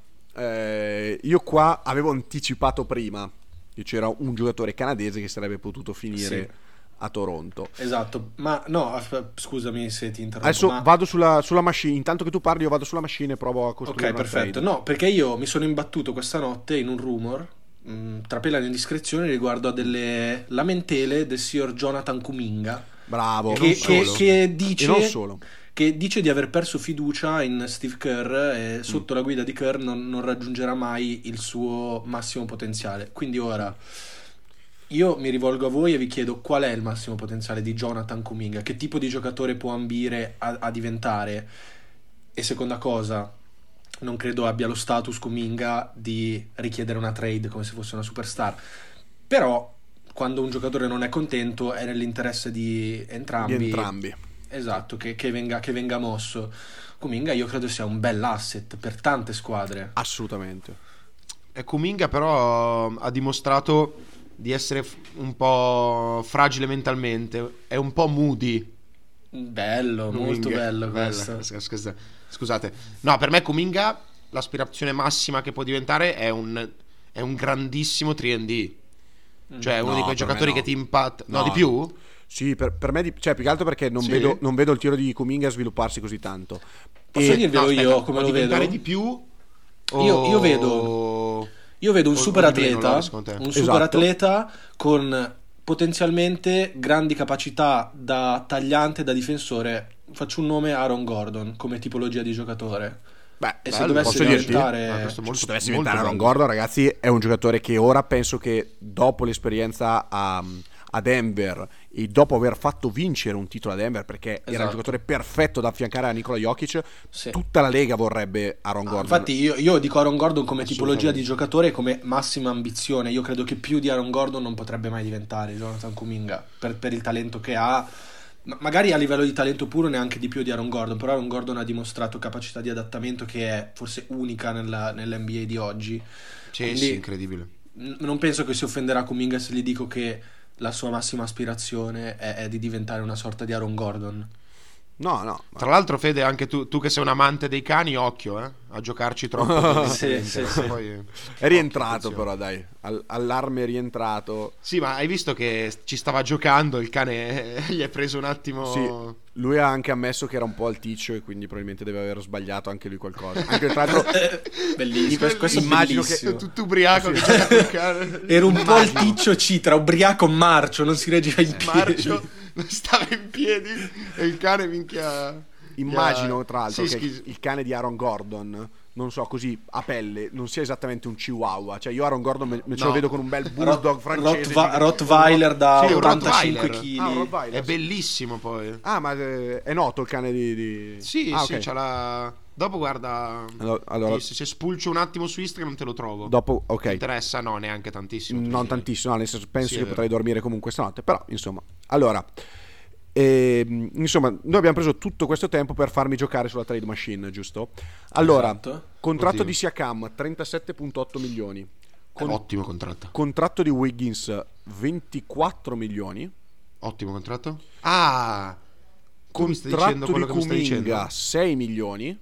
eh, io qua avevo anticipato prima che c'era un giocatore canadese che sarebbe potuto finire Sì. a Toronto. Esatto, ma no, asp- scusami se ti interrompo. Adesso ma... vado sulla, sulla machine, intanto che tu parli io vado sulla machine e provo a costruire Ok, una perfetto. trade. No, perché io mi sono imbattuto questa notte in un rumor, mh, tra pela e indiscrezioni, riguardo a delle lamentele del signor Jonathan Kuminga, Bravo. che, non che- solo. che E dice... non solo. che dice di aver perso fiducia in Steve Kerr e sotto Mm. la guida di Kerr non, non raggiungerà mai il suo massimo potenziale. Quindi ora io mi rivolgo a voi e vi chiedo qual è il massimo potenziale di Jonathan Kuminga, che tipo di giocatore può ambire a, a diventare, e seconda cosa, non credo abbia lo status Kuminga di richiedere una trade come se fosse una superstar, però quando un giocatore non è contento è nell'interesse di entrambi, Di entrambi. esatto, che, che venga, che venga mosso. Kuminga io credo sia un bel asset per tante squadre. Assolutamente. E Kuminga però ha dimostrato di essere f- un po' fragile mentalmente, è un po' moody. Bello, Kuminga. molto bello Bella. questo. Scusa- scusa- Scusate. No, per me Kuminga l'aspirazione massima che può diventare è un, è un grandissimo tre and D. Cioè è uno No, di quei per giocatori me no. che ti impatta. No, No. di più? Sì, per, per me, di, cioè più che altro perché non, Sì? vedo, non vedo il tiro di Kuminga svilupparsi così tanto. Posso E- dirvelo No, aspetta, io come può lo diventare vedo? di più? O- Io- io vedo- Io vedo un o- super o di meno, atleta, Laura, secondo te? un Esatto. super atleta con potenzialmente grandi capacità da tagliante e da difensore. Faccio un nome: Aaron Gordon come tipologia di giocatore. Beh, E se bello, dovesse posso dirti? diventare Ah, questo è molto- se dovesse molto diventare Aaron bello. Gordon, ragazzi, è un giocatore che ora penso che dopo l'esperienza a, a Denver e dopo aver fatto vincere un titolo a Denver, perché era il Esatto. giocatore perfetto da affiancare a Nikola Jokic, Sì. tutta la Lega vorrebbe Aaron Ah, Gordon. infatti io, io dico Aaron Gordon come tipologia Assolutamente. di giocatore e come massima ambizione. Io credo che più di Aaron Gordon non potrebbe mai diventare Jonathan Kuminga per, per il talento che ha. Ma- magari a livello di talento puro neanche di più di Aaron Gordon, però Aaron Gordon ha dimostrato capacità di adattamento che è forse unica nella, nell'N B A di oggi. Sì, Quindi- sì, incredibile. N- non penso che si offenderà Kuminga se gli dico che la sua massima aspirazione è, è di diventare una sorta di Aaron Gordon. No, no. Tra l'altro, Fede, anche tu, tu che sei un amante dei cani, occhio, eh, a giocarci troppo. Sì, sì, sì. Poi- È rientrato Occhio, però, dai. Al- allarme è rientrato. Sì, ma hai visto che ci stava giocando, il cane eh, gli è preso un attimo... Sì, lui ha anche ammesso che era un po' alticcio e quindi probabilmente deve aver sbagliato anche lui qualcosa. Anche tra l'altro Bellissimo, questo, questo è Immagino che bellissimo. Tutto ubriaco che gioca col cane. Era un po' il Immagino. ticcio Citra, ubriaco marcio, non si reggeva in piedi. Marcio stava in piedi e il cane minchia... immagino tra l'altro Sì, che schis- il cane di Aaron Gordon, non so, così a pelle, non sia esattamente un chihuahua. Cioè io Aaron Gordon me, me ce lo No. vedo con un bel bulldog Rot- francese. Rottwa- Rottweiler da Sì, un ottantacinque Rottweiler. kg. Ah, un Rottweiler, È sì. bellissimo poi. Ah, ma eh, è noto il cane di... di... Sì, ah, sì, ok. c'ha la... Dopo guarda... Allora- allora- se, se spulcio un attimo su Instagram te lo trovo. Dopo, ok. Ti interessa? No, neanche tantissimo. Non tantissimo, no, nel senso, penso Sì, è che vero. potrei dormire comunque stanotte, però insomma. Allora, ehm, insomma, noi abbiamo preso tutto questo tempo per farmi giocare sulla trade machine, giusto? Allora, Esatto. contratto Oddio. di Siakam trentasette virgola otto milioni. Con- Ottimo contratto. contratto di Wiggins ventiquattro milioni. Ottimo contratto. Ah! Tu mi stai Contratto dicendo di quello che mi stai dicendo? Kuminga sei milioni.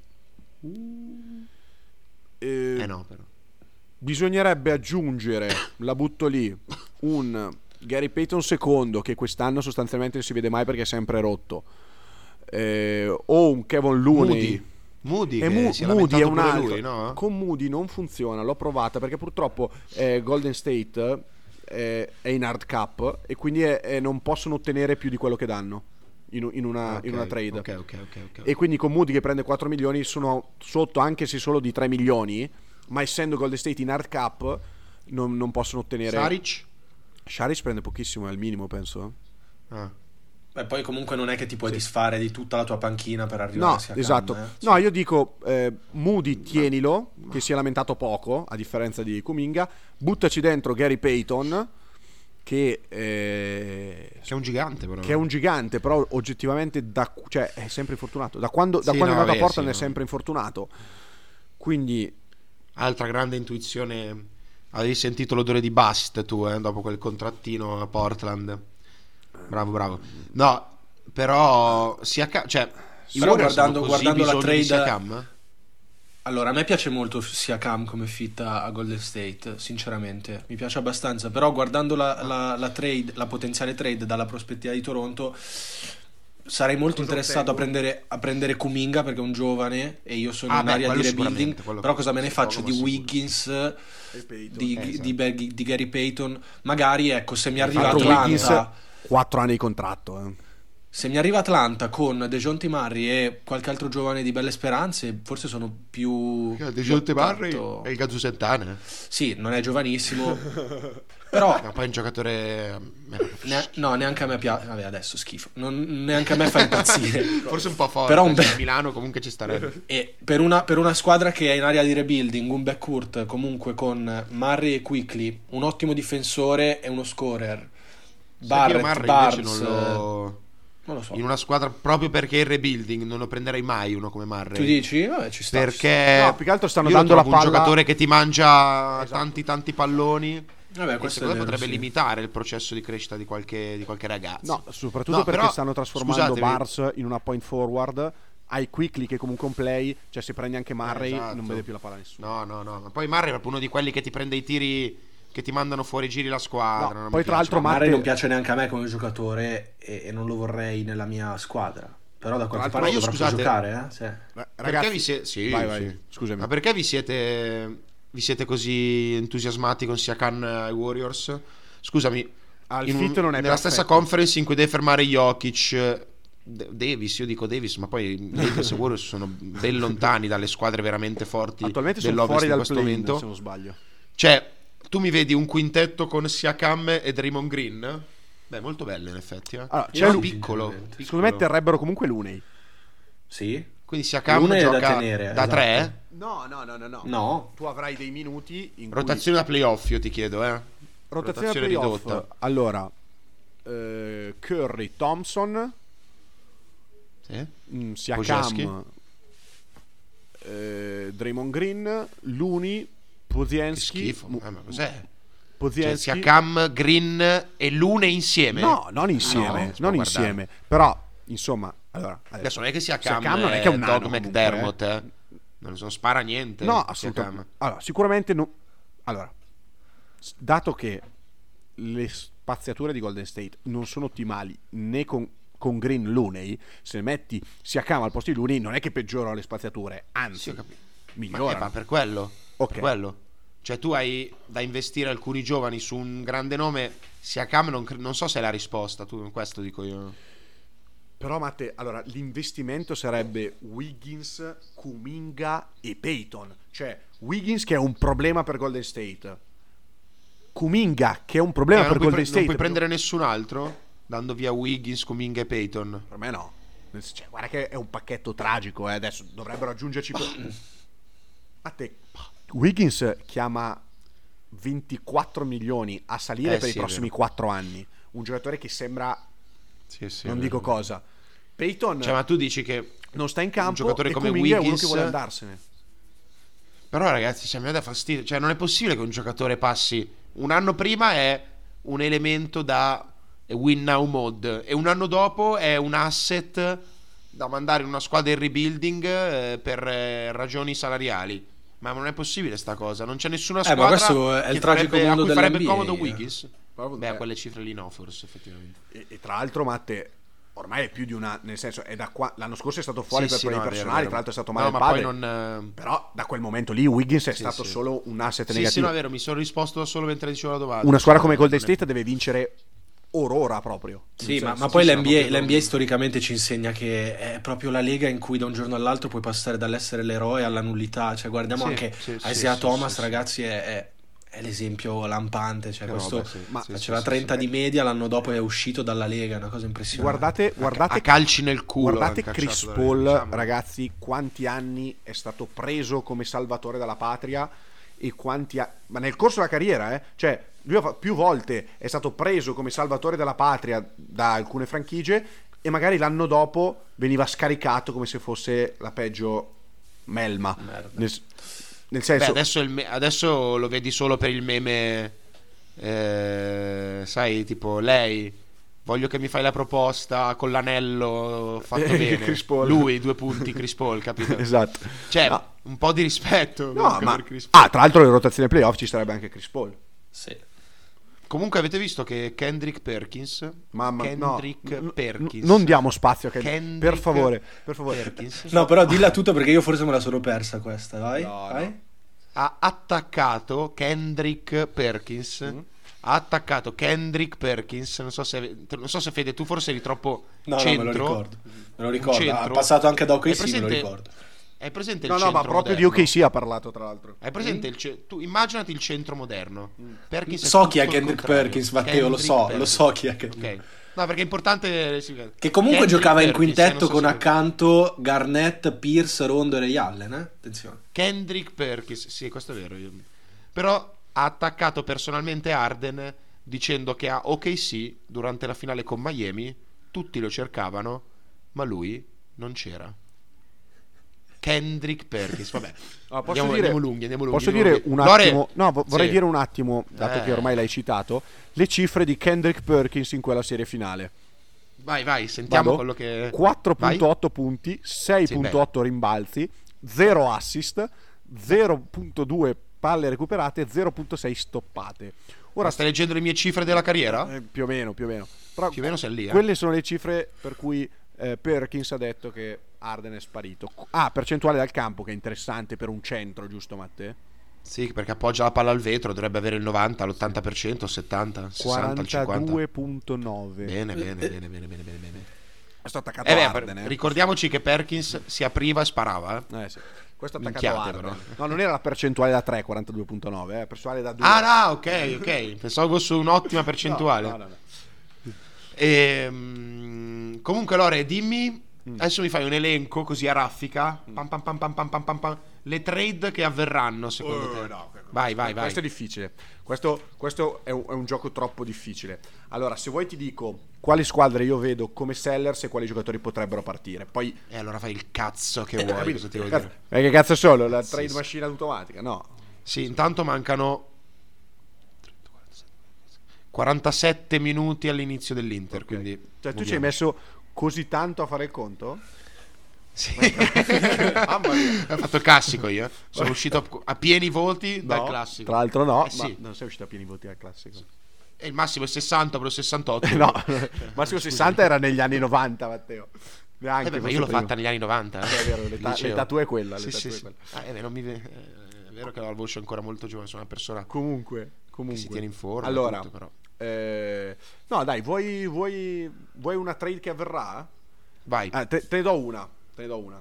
Eh, Eh no, però. Bisognerebbe aggiungere, la butto lì, un Gary Payton secondo che quest'anno sostanzialmente non si vede mai perché è sempre rotto, eh, o un Kevin Looney. Moody. Moody E che Mu- si è Moody è lamentato un pure altro. lui, no? Con Moody non funziona, l'ho provata perché purtroppo eh, Golden State eh, è in hard cap e quindi è- è- non possono ottenere più di quello che danno in, in una, Ok, in una trade. Ok, ok, ok, ok. E quindi con Moody che prende quattro milioni sono sotto anche se solo di tre milioni, ma essendo Golden State in hard cap non, non possono ottenere. Saric? Saric prende pochissimo, è il minimo penso. Ah. Beh, poi comunque non è che ti puoi disfare di tutta la tua panchina per arrivare No, a Siakam, esatto. eh. No, io dico eh, Moody tienilo, che si è lamentato poco, a differenza di Kuminga. Buttaci dentro Gary Payton, che, eh, Che è un gigante, però. che è un gigante, però oggettivamente da, cioè, è sempre infortunato. Da quando, da Sì, quando no, è andato a vabbè, Portland sì, è no. sempre infortunato. Quindi Altra grande intuizione. Avevi sentito l'odore di Bust tu, eh, dopo quel contrattino a Portland. Bravo, bravo. No, però Siakam, cioè i Però Warriors guardando- hanno così guardando la bisogno di trade- Siakam? Allora, a me piace molto Siakam come fit a a Golden State, sinceramente, mi piace abbastanza, però guardando la, la- la trade, la potenziale trade dalla prospettiva di Toronto, sarei molto Cosa interessato a ottengo? prendere, a prendere Kuminga perché è un giovane e io sono Ah, in beh, area di quello rebuilding, sicuramente, quello- però cosa me ne sì, faccio poco di ma sicuro. Wiggins, Payton. di, Eh, esatto. di, Bag- di Gary Payton, magari ecco, se mi arriva Tra l'altro Atlanta... Wiggins quattro anni di contratto. Eh. Se mi arriva Atlanta con DeJounte Murray e qualche altro giovane di belle speranze, forse sono più... DeJounte Murray tanto- è il Gazzu Santana. Sì, non è giovanissimo, però... Ma poi è un giocatore... ne- no, neanche a me piace. Vabbè, adesso schifo. Non- neanche a me fa impazzire. Forse un po' forte. Però un cioè, be- a Milano comunque ci starebbe. E per una, per una squadra che è in area di rebuilding, un backcourt comunque con Murray e Quickly, un ottimo difensore e uno scorer. Sai che io Barrett, Murray Barnes, invece non lo... non lo so. In una squadra proprio perché è il rebuilding non lo prenderei mai uno come Murray. Tu dici? Vabbè, ci sta. Perché No, più che altro stanno io lo dando la trovo un palla- giocatore che ti mangia Esatto. tanti tanti palloni. Vabbè, E questo è secondo me vero, potrebbe sì. limitare il processo di crescita di qualche, di qualche ragazzo. No, soprattutto No, perché però, stanno trasformando scusatevi. Barnes in una point forward. Hai Quickly che comunque è un play, cioè se prendi anche Murray Esatto. non vede più la palla nessuno. No, no, no. Ma poi Murray è proprio uno di quelli che ti prende i tiri che ti mandano fuori giri la squadra. No, non poi mi tra piace. l'altro Ma- Murray Matte- non piace neanche a me come giocatore e, e non lo vorrei nella mia squadra. Però da qualche l'altro- parte ma io, dovrà scusate- giocare, eh? Sì. Eh, Perché Ragazzi, vi siete... Sì, vai, vai, sì. scusami. Ma perché vi siete... Vi siete così entusiasmati con Siakam ai Warriors? Scusami, Ah, il in un- fit non è nella perfetto. stessa conference in cui deve fermare Jokic, D- Davis, io dico Davis, ma poi Lakers e Warriors sono ben lontani dalle squadre veramente forti Attualmente sono dell'Ovest fuori in dal questo play-in, momento. se non sbaglio. Cioè, tu mi vedi un quintetto con Siakam e Draymond Green? Beh, molto bello in effetti. Eh. Allora, C'è c'è un lui- piccolo, Secondo Secondo me piccolo. terrebbero comunque Luney. Sì? Quindi Siakam L'una è da gioca tenere, da esatto. tre? No, no, no, no, no. No. Tu avrai dei minuti in Rotazione da playoff, io ti chiedo, eh. cui rotazione, playoff. ridotta. Allora, eh, Curry, Thompson, Sì? mm, Pojesky. Siakam, eh, Draymond Green, Looney, Che Pozienski, schifo. Mu- Eh, ma cos'è? Cioè, Pozienski. Siakam, Green e Lune insieme? No, non insieme, No, si può non guardare. insieme. Però, insomma, allora, adesso, Adesso non è che Siakam, Siakam non è che è un Dog nano comunque, McDermott, eh. Non so, spara niente. no, Siakam. assolutamente. Allora, sicuramente no. Allora, s- dato che le spaziature di Golden State non sono ottimali né con, con Green Looney, se metti Siakam al posto di Looney non è che peggiorano le spaziature, Sì, anzi ho capito. Ma, eh, migliorano. ma per quello. Ok. Per quello. Cioè tu hai da investire alcuni giovani su un grande nome. Siakam non, cre- non so se è la risposta. Tu, questo dico io. Però Matte, allora l'investimento sarebbe Wiggins, Kuminga e Payton. Cioè Wiggins che è un problema per Golden State, Kuminga che è un problema Eh, per non, puoi Golden pre- non State. puoi prendere nessun altro dando via Wiggins, Kuminga e Payton. Per me no. Nel sen- cioè, guarda che è un pacchetto tragico, eh. Adesso dovrebbero aggiungerci a te. Wiggins chiama ventiquattro milioni a salire Eh, per sì, i è prossimi vero. quattro anni. Un giocatore che sembra, Sì, sì, non è dico vero. cosa. Payton Cioè, ma tu dici che. non sta in campo giocatore e come Kuminga è uno Wiggins- che vuole andarsene. Però ragazzi, cioè, mi dà fastidio. Cioè, non è possibile che un giocatore passi un anno prima è un elemento da win now mode e un anno dopo è un asset da mandare in una squadra in rebuilding eh, per eh, ragioni salariali. Ma non è possibile sta cosa. Non c'è nessuna Eh, ma squadra questo è il che tragico farebbe, a mondo cui farebbe dell'N B A, comodo eh. Wiggins. Proprio- Beh, a eh. quelle cifre lì no, forse effettivamente. E, e tra l'altro, Matte, ormai è più di una. Nel senso, è da qua. L'anno scorso è stato fuori Sì, per sì, problemi no, è vero, personali. è vero. Tra l'altro, è stato male No, il ma padre. poi non. eh, Però da quel momento lì, Wiggins è Sì, stato sì. solo un asset Sì, sì, negativo. no, è vero, mi sono risposto da solo mentre dicevo la domanda. Una squadra come Cioè, Golden non è- State deve vincere orora proprio. Sì, Nel ma, senso, ma poi sì, l'N B A, sì, proprio- l'N B A storicamente ci insegna che è proprio la lega in cui da un giorno all'altro puoi passare dall'essere l'eroe alla nullità. Cioè, guardiamo Sì, anche sì, sì, Isaiah sì, Thomas, sì, sì. ragazzi, è, è- è l'esempio lampante. Cioè, Che questo roba, sì. Ma Sì, faceva sì, trenta sì, di sì. media, l'anno dopo è uscito dalla lega, è una cosa impressionante. Guardate, guardate, a calci nel culo. guardate l'hanno Chris cacciato Paul, dalle- diciamo. ragazzi, quanti anni è stato preso come salvatore della patria e quanti a- ma nel corso della carriera, eh? Cioè, lui ha fa- più volte è stato preso come salvatore della patria da alcune franchigie e magari l'anno dopo veniva scaricato come se fosse la peggio melma. Merda. Nel, nel Beh, senso, adesso, il me- adesso lo vedi solo per il meme, eh, sai, tipo lei, voglio che mi fai la proposta con l'anello fatto Eh, bene. Chris Paul. Lui, due punti, Chris Paul, capito? esatto. Cioè, No. un po' di rispetto. No, comunque ma per Chris Paul. ah, tra l'altro le rotazioni playoff ci sarebbe anche Chris Paul. Sì. Comunque avete visto che Kendrick Perkins, Mamma, Kendrick no, n- Perkins, n- non diamo spazio a Kendrick, Kendrick per favore, per favore. Perkins No, però dilla tutto perché io forse me la sono persa questa, vai? No, vai? no. ha attaccato Kendrick Perkins Mm. ha attaccato Kendrick Perkins. Non so se, non so se Fede, tu forse eri troppo No, centro. no, me lo ricordo. Me lo ricordo. centro. Ha passato anche da O K Hai C, me lo presente- ricordo. Hai presente il No, no, centro ma proprio moderno? di O K C ha parlato, tra l'altro. Hai presente il ce- tu immaginati il centro moderno. Perkins è So tutto chi è il Kendrick contrario. Perkins, Matteo, lo Kendrick so, lo Perkins. so chi è Kendrick. Ok. No, perché è importante sì, Che comunque Kendrick giocava in Perkins, eh, quintetto non so con se- accanto Garnett, Pierce, Rondo e Ray Allen, eh? Attenzione. Kendrick Perkins, sì, questo è vero. io- Però ha attaccato personalmente Harden dicendo che a O K C durante la finale con Miami tutti lo cercavano, ma lui non c'era. Kendrick Perkins, vabbè. Ah, posso andiamo, dire, andiamo lunghi, andiamo lunghi. posso andiamo dire lunghi. un Lore- attimo, no, vo- vorrei Sì. dire un attimo, dato Eh. che ormai l'hai citato, le cifre di Kendrick Perkins in quella serie finale. Vai, vai, sentiamo Vado? quello che quattro virgola otto Vai. punti, sei virgola otto rimbalzi, zero assist, zero virgola due palle recuperate, zero virgola sei stoppate. Ora Ma stai leggendo le mie cifre della carriera? eh, più o meno, più o meno. Però Più o meno sei lì, eh. quelle sono le cifre per cui eh, Perkins ha detto che Harden è sparito. Ah, percentuale dal campo, che è interessante per un centro, giusto Matteo? Sì, perché appoggia la palla al vetro, dovrebbe avere il novanta, l'ottanta per cento, settanta, sessanta, il cinquanta. quarantadue virgola nove. Bene, bene, bene, bene, bene, bene, bene. Questo attaccato Eh beh, a per- Harden, eh. ricordiamoci che Perkins si apriva e sparava. eh. Eh, sì. Questo attaccato Minchiate, a Harden. però. No, non era la percentuale da tre, quarantadue virgola nove, eh, la percentuale da due. Ah, no, ok, ok. Pensavo fosse un'ottima percentuale. No, no, no, no. Ehm, comunque, Lore, dimmi. Mm. Adesso mi fai un elenco così a raffica. Pam, pam, pam, pam, pam, pam, pam, pam. Le trade che avverranno secondo Oh, te. no, vai, vai, vai. Questo è difficile. Questo, questo è, un, è un gioco troppo difficile. Allora, se vuoi ti dico quali squadre io vedo come sellers e quali giocatori potrebbero partire. Poi E allora fai il cazzo che Eh, vuoi. capito? Cosa ti devo Cazzo- dire? eh, che cazzo sono? La Sì, trade sì. machine automatica? No. Sì, intanto mancano quarantasette minuti all'inizio dell'Inter. Ok. Quindi Cioè, tu muoviamo. ci hai messo così tanto a fare il conto? Sì. Mamma mia. Ho fatto il classico io. eh. Sono uscito a, a pieni voti dal No, classico. Tra l'altro no, Eh, ma sì. non sei uscito a pieni voti al classico. E il massimo è sessanta, però sessantotto. No, massimo sessanta era negli anni novanta, Matteo. Neanche, Eh beh, ma forse io l'ho prima. fatta negli anni novanta. Eh, è vero, l'età, Liceo. l'età tua è quella. Sì, l'età sì, tua è sì. quella. Ah, eh, beh, non mi ve- eh, è vero che ho la voce ancora molto giovane, sono una persona Comunque, comunque. che si tiene in forma. e Allora, tutto, però. eh, no, dai, vuoi, vuoi, vuoi una trade che avverrà? Vai. Ah, te, te ne do una. Te ne do una.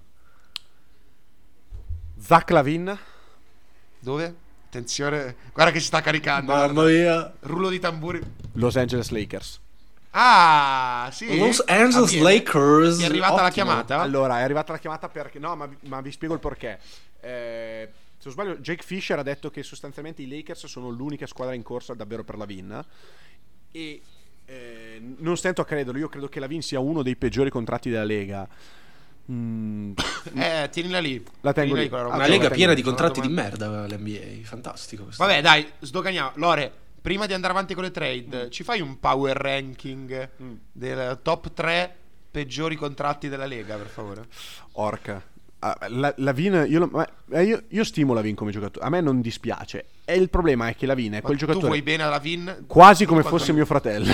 Zach Lavin. Dove? Attenzione, guarda che si sta caricando. Mamma guarda. mia. Rullo di tamburi. Los Angeles Lakers. Ah, sì. Los Angeles Ah, viene. Lakers. Ti è arrivata la Ottimo. chiamata? Allora, è arrivata la chiamata perché... No, ma, ma vi spiego il perché. Eh, se non sbaglio, Jake Fisher ha detto che sostanzialmente i Lakers sono l'unica squadra in corsa davvero per Lavin. E eh, non stento a crederlo. Io credo che Lavin sia uno dei peggiori contratti della Lega. Mm, Eh, tienila lì. La tengo Tienila lì. quella roba. Ah, Una ok, lega ok, piena ok. di contratti di Una merda l'N B A. Fantastico questo. Vabbè, dai, sdoganiamo. Lore, prima di andare avanti con le trade, ci fai un power ranking Mm. del top tre peggiori contratti della Lega, per favore? Orca. Ah, la, Lavin, io, lo- ma- eh, io, io stimo Lavin come giocatore. A me non dispiace. E il problema è che Lavin è Ma quel tu giocatore vuoi bene alla Vin? quasi come Quanto- fosse mio fratello.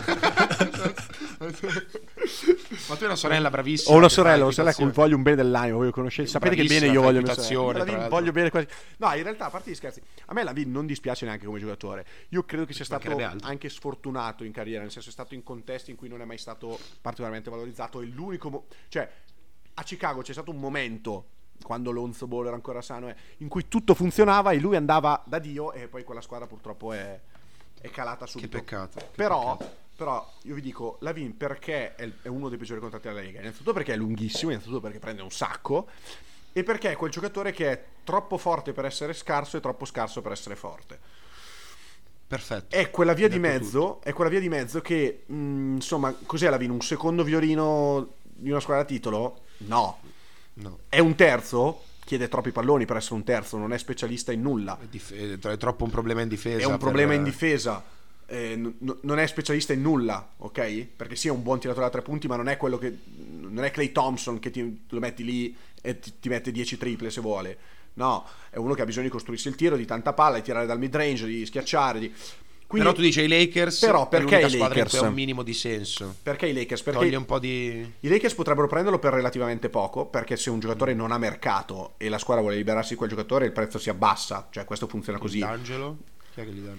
Ma tu hai una sorella bravissima. Ho una che sorella, fa una sorella con equitazione. voglio un bene dell'animo, voglio conoscere. Sapete che bene Bravissima, io fa voglio mia equitazione, sorella. tra Lavin, l'altro. voglio bene quasi. No, in realtà, a parte gli scherzi, a me Lavin non dispiace neanche come giocatore. Io credo che sia stato mancherebbe altro. anche sfortunato in carriera, nel senso è stato in contesti in cui non è mai stato particolarmente valorizzato. È l'unico mo- cioè a Chicago c'è stato un momento quando Lonzo Ball era ancora sano, eh, in cui tutto funzionava e lui andava da Dio, e poi quella squadra purtroppo è, è calata Che subito. peccato. che Però, peccato. però io vi dico, Lavin perché è, è uno dei peggiori contratti della Lega? Innanzitutto perché è lunghissimo, innanzitutto perché prende un sacco, e perché è quel giocatore che è troppo forte per essere scarso e troppo scarso per essere forte. Perfetto. È quella via di Detto mezzo, è quella via di mezzo che, mh, insomma, cos'è Lavin? Un secondo violino di una squadra a titolo? No. No. È un terzo? Chiede troppi palloni per essere un terzo, non è specialista in nulla. È, dif- è troppo un problema in difesa. È un per- problema in difesa, eh, n- n- non è specialista in nulla, ok? Perché sì, è un buon tiratore da tre punti, ma non è quello che non è Klay Thompson che ti, lo metti lì e ti, ti mette dieci triple se vuole. No, è uno che ha bisogno di costruirsi il tiro, di tanta palla, di tirare dal mid range, di schiacciare, di... Quindi, Però tu dici ai Lakers, Però è perché l'unica i squadra in Lakers? cui ha un minimo di senso. perché i Lakers? Perché Toglie un po' di... i Lakers potrebbero prenderlo per relativamente poco, perché se un giocatore non ha mercato e la squadra vuole liberarsi di quel giocatore, il prezzo si abbassa, cioè questo funziona così. D'Angelo? Chi è che gli danno?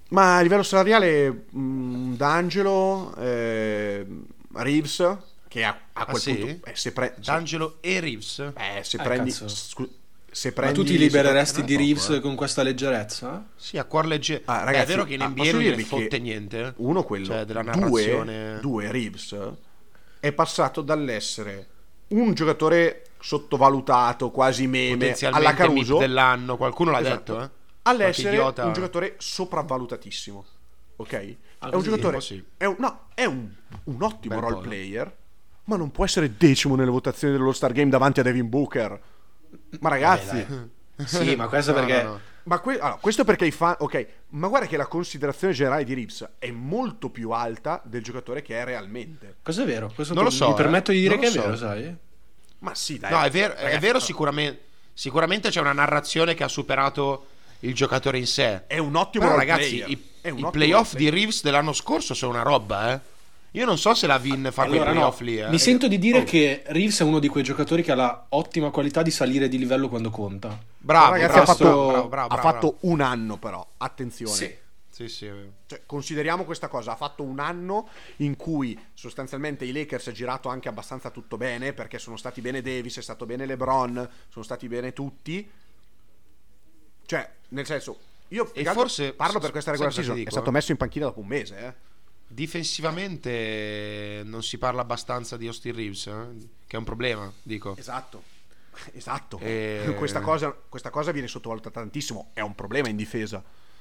Ma a livello salariale, mh, D'Angelo, eh, Reeves, che a, a quel Ah, sì? punto... eh, se pre- D'Angelo e Reeves? eh, se Eh, prendi... cazzo. scu- se Ma prendi... tu ti libereresti se di prendi- Reeves poco, eh. con questa leggerezza? Sì, a cuor leggero. Ah, Beh, ragazzi, è vero che in ah, N B A posso non gliene dirvi fotte che niente. Uno quello, Cioè, della due, narrazione. due Reeves è passato dall'essere un giocatore sottovalutato, quasi meme, alla Potenzialmente M I P Caruso, dell'anno. Qualcuno l'ha esatto, detto, eh? all'essere Qualche idiota- un giocatore sopravvalutatissimo. Ok? Ah, è un così? giocatore, Un po' sì. è un, no, è un, un ottimo Bel role po', no? player, ma non può essere decimo nelle votazioni dello Star Game davanti a Devin Booker. Ma ragazzi, Vabbè, Sì, ma questo No, perché... no, no. ma que- allora, questo perché i fan, ok, ma guarda che la considerazione generale di Reeves è molto più alta del giocatore che è realmente. Questo è vero, questo Non lo mi so, permetto eh. di dire Non che è lo so. vero, sai? Ma sì, dai. No, è vero, è ragazzi, vero no. sicuramente. Sicuramente c'è una narrazione che ha superato il giocatore in sé. È un ottimo Però, role ragazzi, player. i, È un i ottimo playoff role di Reeves dell'anno scorso sono una roba, eh. Io non so se la Vin fa quei Allora, no, playoff lì, eh. mi sento di dire Oh. che Reeves è uno di quei giocatori che ha la ottima qualità di salire di livello quando conta. Bravo, Ragazzi, bravo, ha fatto, bravo, bravo, bravo, ha bravo. fatto un anno però, attenzione. Sì. Sì, sì, è vero. Cioè, consideriamo questa cosa, ha fatto un anno in cui sostanzialmente i Lakers è girato anche abbastanza tutto bene, perché sono stati bene Davis, è stato bene LeBron, sono stati bene tutti. Cioè, nel senso, io più E che altro forse- parlo per questa regular sai cosa season, ti è dico? stato messo in panchina dopo un mese, eh. Difensivamente non si parla abbastanza di Austin Reeves, eh? Che è un problema, dico. Esatto. Esatto. E- Questa cosa, questa cosa viene sottovalutata tantissimo, è un problema in difesa.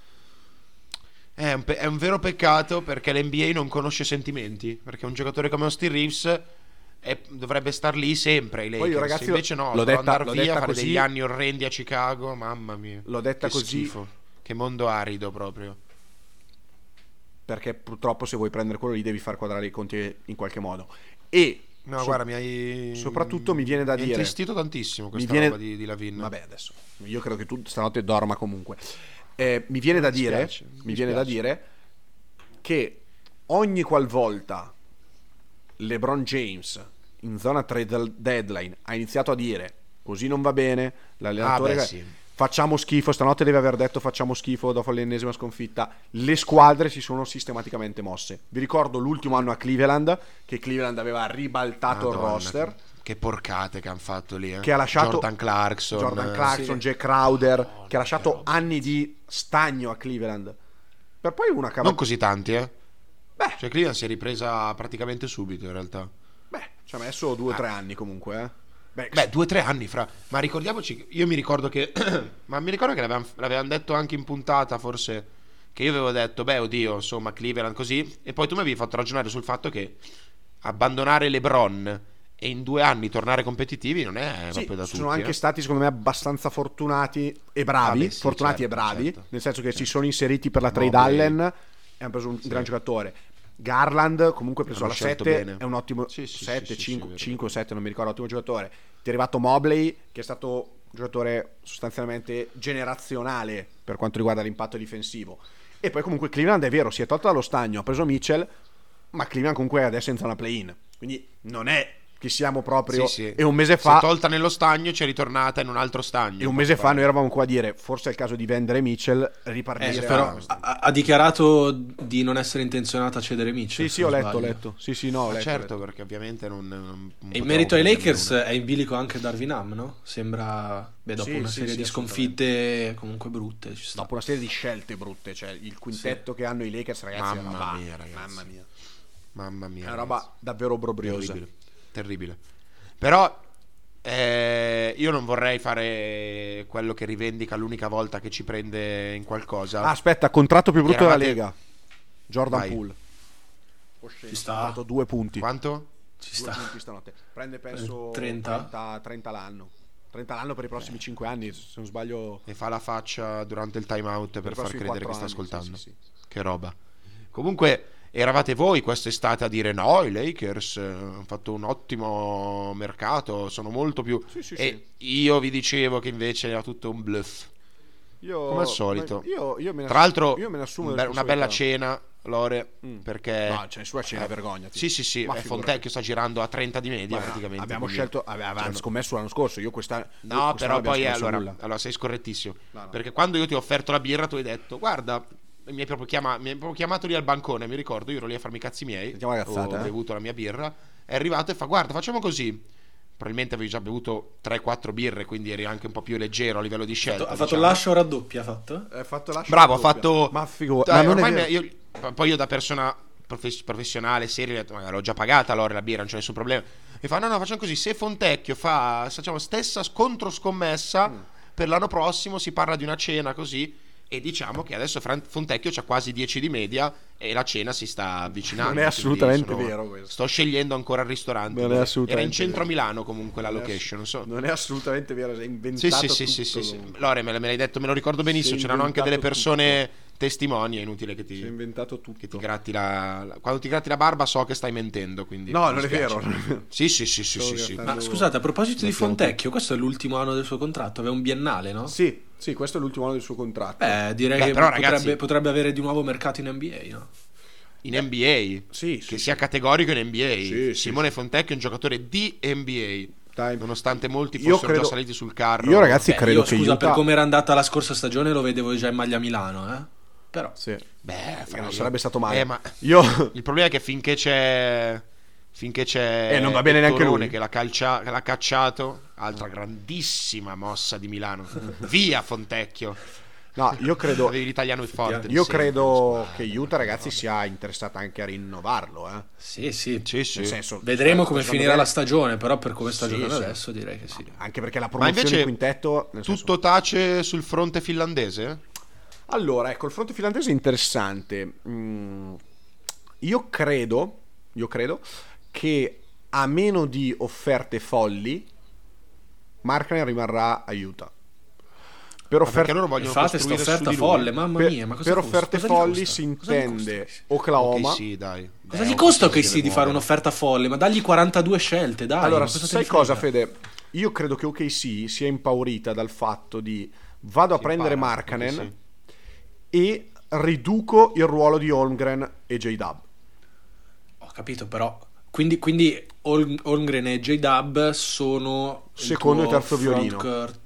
È un, pe- è un vero peccato perché l'N B A non conosce sentimenti. Perché un giocatore come Austin Reeves è- dovrebbe star lì sempre ai Lakers. Poi io, ragazzi, Invece no, l'ho può detta- andare l'ho via, detta fare così- degli anni orrendi a Chicago. Mamma mia. L'ho detta Che così schifo. Che mondo arido proprio. perché purtroppo se vuoi prendere quello lì devi far quadrare i conti in qualche modo. E No, so- guarda, mi hai. soprattutto mi viene da mi ha dire- intristito tantissimo questa viene- roba di, di Lavin. Vabbè, adesso io credo che tu stanotte dorma comunque. Eh, mi viene da Mi dire, dispiace, mi mi viene da dispiace. dire che ogni qualvolta LeBron James in zona trade deadline ha iniziato a dire così non va bene, l'allenatore Ah, beh, sì. facciamo schifo, stanotte deve aver detto facciamo schifo dopo l'ennesima sconfitta, le squadre si sono sistematicamente mosse. Vi ricordo l'ultimo anno a Cleveland, che Cleveland aveva ribaltato il Madonna, roster, Che, che porcate che hanno fatto lì, eh. che ha lasciato Jordan Clarkson. Jordan eh, Clarkson, sì. Jack Crowder, Madonna, che ha lasciato che roba. anni di stagno a Cleveland. Per poi una cava... Non così tanti, eh. Beh, Cioè, Cleveland si è ripresa praticamente subito, in realtà. beh, ci ha messo due o tre anni comunque, eh. Beh, Beh, due o tre anni fra. Ma ricordiamoci, io mi ricordo che. Ma mi ricordo che l'avevamo, l'avevamo detto anche in puntata, forse. Che io avevo detto, beh, oddio, insomma, Cleveland così. E poi tu mi avevi fatto ragionare sul fatto che abbandonare LeBron e in due anni tornare competitivi non è sì, proprio da tutti. sono anche eh. stati secondo me abbastanza fortunati e bravi, Ah, beh, sì, fortunati certo, e bravi, certo. nel senso che si sono inseriti per la Mobley. trade Allen e hanno preso un gran giocatore. Garland comunque preso Hanno alla scelto sette, bene. è un ottimo Sì, sì, sette, sì, sì, cinque, sì, è vero. cinque o sette, non mi ricordo, ottimo giocatore. Ti è arrivato Mobley, che è stato un giocatore sostanzialmente generazionale per quanto riguarda l'impatto difensivo. E poi comunque Cleveland è vero, si è tolto dallo stagno, ha preso Mitchell, ma Cleveland comunque è adesso in zona play-in. Quindi non è che siamo proprio... Sì, sì. E un mese Si è fa... tolta nello stagno, ci è ritornata in un altro stagno. E un mese fa noi eravamo qua a dire forse è il caso di vendere Mitchell, ripartire. Eh, da però questo. ha, ha dichiarato di non essere intenzionato a cedere Mitchell. Sì, sì, se ho non letto, ho sbaglio. letto. Sì, sì, no, ho Ma letto, ho certo, letto. perché ovviamente non. non- non E in potevo merito ai venderne Lakers una. è in bilico anche Darwin Ham, no? Sembra, beh, dopo Sì, una sì, serie sì, di sconfitte comunque brutte. Ci sta. Dopo una serie di scelte brutte, cioè il quintetto che hanno i Lakers, ragazzi, è una Mamma roba- mia, ragazzi. mamma mia. Mamma mia. È una ragazzi. roba davvero brobriosa. Terribile. Terribile. Però eh, io non vorrei fare quello che rivendica l'unica volta che ci prende in qualcosa. Ah, aspetta, contratto più brutto Eravate- della Lega. Jordan Vai. Poole. Ci sta. Ha fatto due punti. Quanto? Ci Due sta. punti stanotte. Prende penso trenta? trenta, trenta l'anno. trenta l'anno per i prossimi cinque anni, se non sbaglio. E fa la faccia durante il time out per, Per i far prossimi credere che quattro sta anni, ascoltando. sì, sì, Che roba. Comunque eravate voi quest'estate a dire no, i Lakers eh, hanno fatto un ottimo mercato, sono molto più... Sì, sì, e io vi dicevo che invece era tutto un bluff. Io, Come al solito. Io, io me ne Tra l'altro io me ne assumo un le be- una bella responsabilità. cena, Lore, Mm. perché... No, c'è nessuna cena, vergognati. Sì, sì, sì, Ma è figurati. Fontecchio sta girando a trenta di media Ma no, praticamente. abbiamo quindi- scelto, ave- avevamo Cioè, no. scommesso l'anno scorso. Io questa No, io quest'anno però abbiamo poi scommesso allora, nulla. allora sei scorrettissimo. No, no. Perché quando io ti ho offerto la birra, tu hai detto: guarda, mi hai proprio, chiama, mi hai proprio chiamato lì al bancone, mi ricordo, io ero lì a farmi i cazzi miei, Sentiamo la cazzata, ho eh. bevuto la mia birra, è arrivato e fa guarda facciamo così. Probabilmente avevi già bevuto tre quattro birre, quindi eri anche un po' più leggero a livello di scelta. Ha fatto diciamo. l'ascia o raddoppia, ha fatto? Hai fatto lascio Bravo, ha doppia. fatto. Ma figo, Dai, ma non è ormai vero. me- io- poi io da persona profes- professionale, seria, ho detto, "Ma l'ho già pagata allora la birra, non c'è nessun problema." Mi fa: no, no, facciamo così. Se Fontecchio fa, facciamo stessa controscommessa, Mm. per l'anno prossimo si parla di una cena così. E diciamo che adesso Fran- Fontecchio c'ha quasi dieci di media e la cena si sta avvicinando. Non è quindi assolutamente sono- vero questo. Sto scegliendo ancora il ristorante. Non è assolutamente Era in centro a vero. Milano comunque la Non è ass- location, non so. Non è assolutamente vero, hai Sì, inventato sì, sì, tutto sì, sì, sì. comunque. Lore, me, me l'hai detto, me lo ricordo benissimo. Si è C'erano anche delle inventato persone testimoni. È inutile che ti, Si è inventato tutto. che ti gratti la, la- Quando ti gratti la barba, so che stai mentendo. Quindi No, mi non è spiace. vero, non è vero. Sì, sì, sì, sì, Stavo sì, sì. grattando- Ma scusate, a proposito di Mettiamo Fontecchio, questo è l'ultimo anno del suo contratto, aveva un biennale, no? Sì, sì, questo è l'ultimo anno del suo contratto. Beh, direi Beh, che però, potrebbe, ragazzi- potrebbe avere di nuovo mercato in N B A, no? In N B A, Sì, che sì, sia sì. categorico in N B A. Sì, sì, Simone Fontecchio è un giocatore di N B A. Dai. Nonostante molti Io fossero credo- già saliti sul carro. Io, ragazzi, Beh, credo io, che scusa, Utah- per come era andata la scorsa stagione lo vedevo già in maglia Milano, eh? Però Sì. Beh, fra non io- sarebbe stato male. Eh, ma Io il problema è che finché c'è finché c'è Eh, non va bene neanche Pettorone lui. che l'ha, calcia- che l'ha cacciato, altra grandissima mossa di Milano. Via Fontecchio. No, io credo Avevi l'italiano il forte. di Io sempre, credo insomma. che Utah, ragazzi, sia interessata anche a rinnovarlo, eh. sì, sì. Sì, sì. Nel senso, Vedremo sta come facendo finirà bene. la stagione, però per come sta Sì, giocando sì. adesso direi che sì. Anche perché la Ma promozione invece in quintetto, nel senso- tutto tace sul fronte finlandese? Allora, ecco, il fronte finlandese è interessante. Mm, io credo, io credo che a meno di offerte folli, Markkanen rimarrà a Utah. Per Ma perché offerte, loro vogliono Fate sta costruire su offerta di lui? folle, mamma per, mia, ma cosa per costa? offerte Cosa gli folli costa? si Cosa gli intende costa? Oklahoma. Ok, sì, dai. Cosa Beh, gli ok, costa si che deve sì di fare muovere. un'offerta folle? Ma dagli quarantadue scelte, dai. Allora, ma cosa te sai ne cosa, frega? Fede? Io credo che O K C sia impaurita dal fatto di vado a Si prendere impara, Markkanen ok, e riduco il ruolo di Holmgren e J-Dub. Ho capito, però. Quindi, quindi Holm- Holmgren e J-Dub sono il Secondo tuo e terzo violino. frontcourt.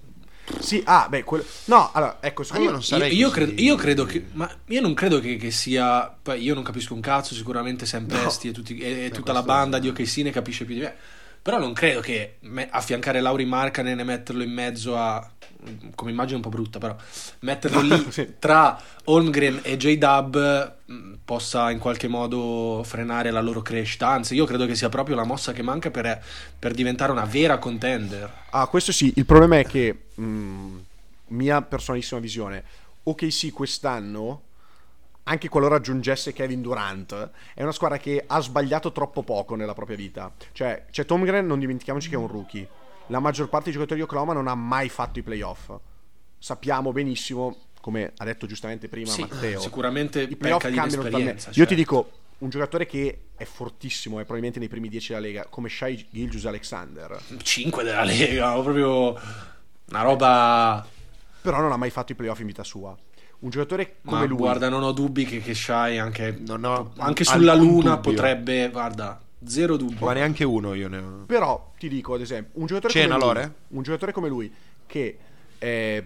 Sì, ah, beh, quello... No, allora, ecco, Ma secondo io me... non sarei Io, io così- credo, io credo che, ma io non credo che, che sia. Poi io non capisco un cazzo. Sicuramente Sam Presti e, tutti- e- e tutta la questo banda è- di O K C ne capisce più di me. Però non credo che me- affiancare Lauri Markkanen e metterlo in mezzo a. Come immagine un po' brutta, però metterlo lì Sì. tra Holmgren e J-Dub mh, possa in qualche modo frenare la loro crescita. Anzi, io credo che sia proprio la mossa che manca per, per diventare una vera contender. Ah, questo sì, il problema è che, mh, mia personalissima visione, O K C quest'anno, anche qualora aggiungesse Kevin Durant, è una squadra che ha sbagliato troppo poco nella propria vita. Cioè, c'è Holmgren, non dimentichiamoci che è un rookie. La maggior parte dei giocatori di Oklahoma non ha mai fatto i playoff. Sappiamo benissimo, come ha detto giustamente prima Sì, Matteo, sicuramente i playoff pecca di cambiano totalmente. inesperienza. Io cioè. ti dico, un giocatore che è fortissimo, è probabilmente nei primi dieci della Lega, come Shai Gilgeous-Alexander, cinque della Lega, proprio una roba. però non ha mai fatto i playoff in vita sua. Un giocatore come Ma lui, guarda, non ho dubbi che, che Shai anche, Non ho anche sulla alcun Luna dubbio. potrebbe, guarda, zero dubbi. Ma neanche uno io ne ho. però ti dico ad esempio, un giocatore Cena, come lui, Lore? un giocatore come lui che eh,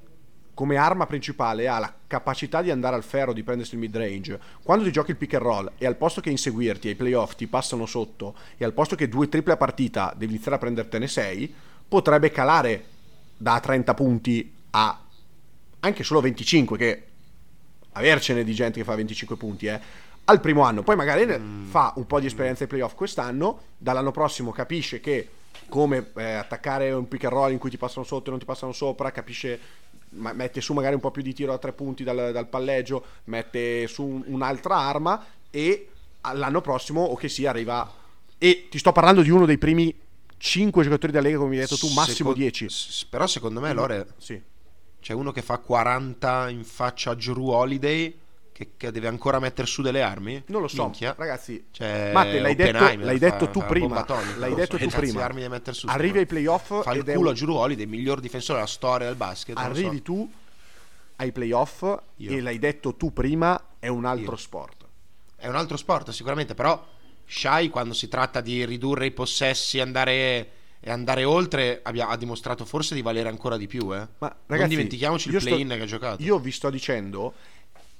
come arma principale ha la capacità di andare al ferro, di prendersi il mid range, quando ti giochi il pick and roll e al posto che inseguirti ai playoff ti passano sotto e al posto che due triple a partita devi iniziare a prendertene sei, potrebbe calare da trenta punti a anche solo venticinque, che avercene di gente che fa venticinque punti eh, al primo anno. Poi magari Mm. fa un po' di esperienza ai playoff quest'anno, dall'anno prossimo capisce che come eh, attaccare un pick and roll in cui ti passano sotto e non ti passano sopra, capisce, ma- mette su magari un po' più di tiro a tre punti dal, dal palleggio, mette su un- un'altra arma e l'anno prossimo o che sia arriva, e ti sto parlando di uno dei primi cinque giocatori della Lega, come mi hai detto tu, massimo Seco- dieci. s- Però secondo me Lore Sì. c'è uno che fa quaranta in faccia a Jrue Holiday che, che deve ancora mettere su delle armi. Non lo so, Minchia. ragazzi. Cioè, Matte, l'hai detto, Oppenheimer l'hai fa- detto tu fa prima. bomba atomica, L'hai non detto so tu che cazzo di prima. armi deve mettere su, Arrivi ai playoff fa il ed è culo un- a Jrue Holiday, miglior difensore della storia del basket. non lo so. arrivi tu ai playoff Io. e l'hai detto tu prima, è un altro Io. sport. È un altro sport sicuramente, però Shai quando si tratta di ridurre i possessi e andare, e andare oltre abbia- ha dimostrato forse di valere ancora di più eh. Ma Non ragazzi, dimentichiamoci il io sto- play-in che ha giocato. Io vi sto dicendo,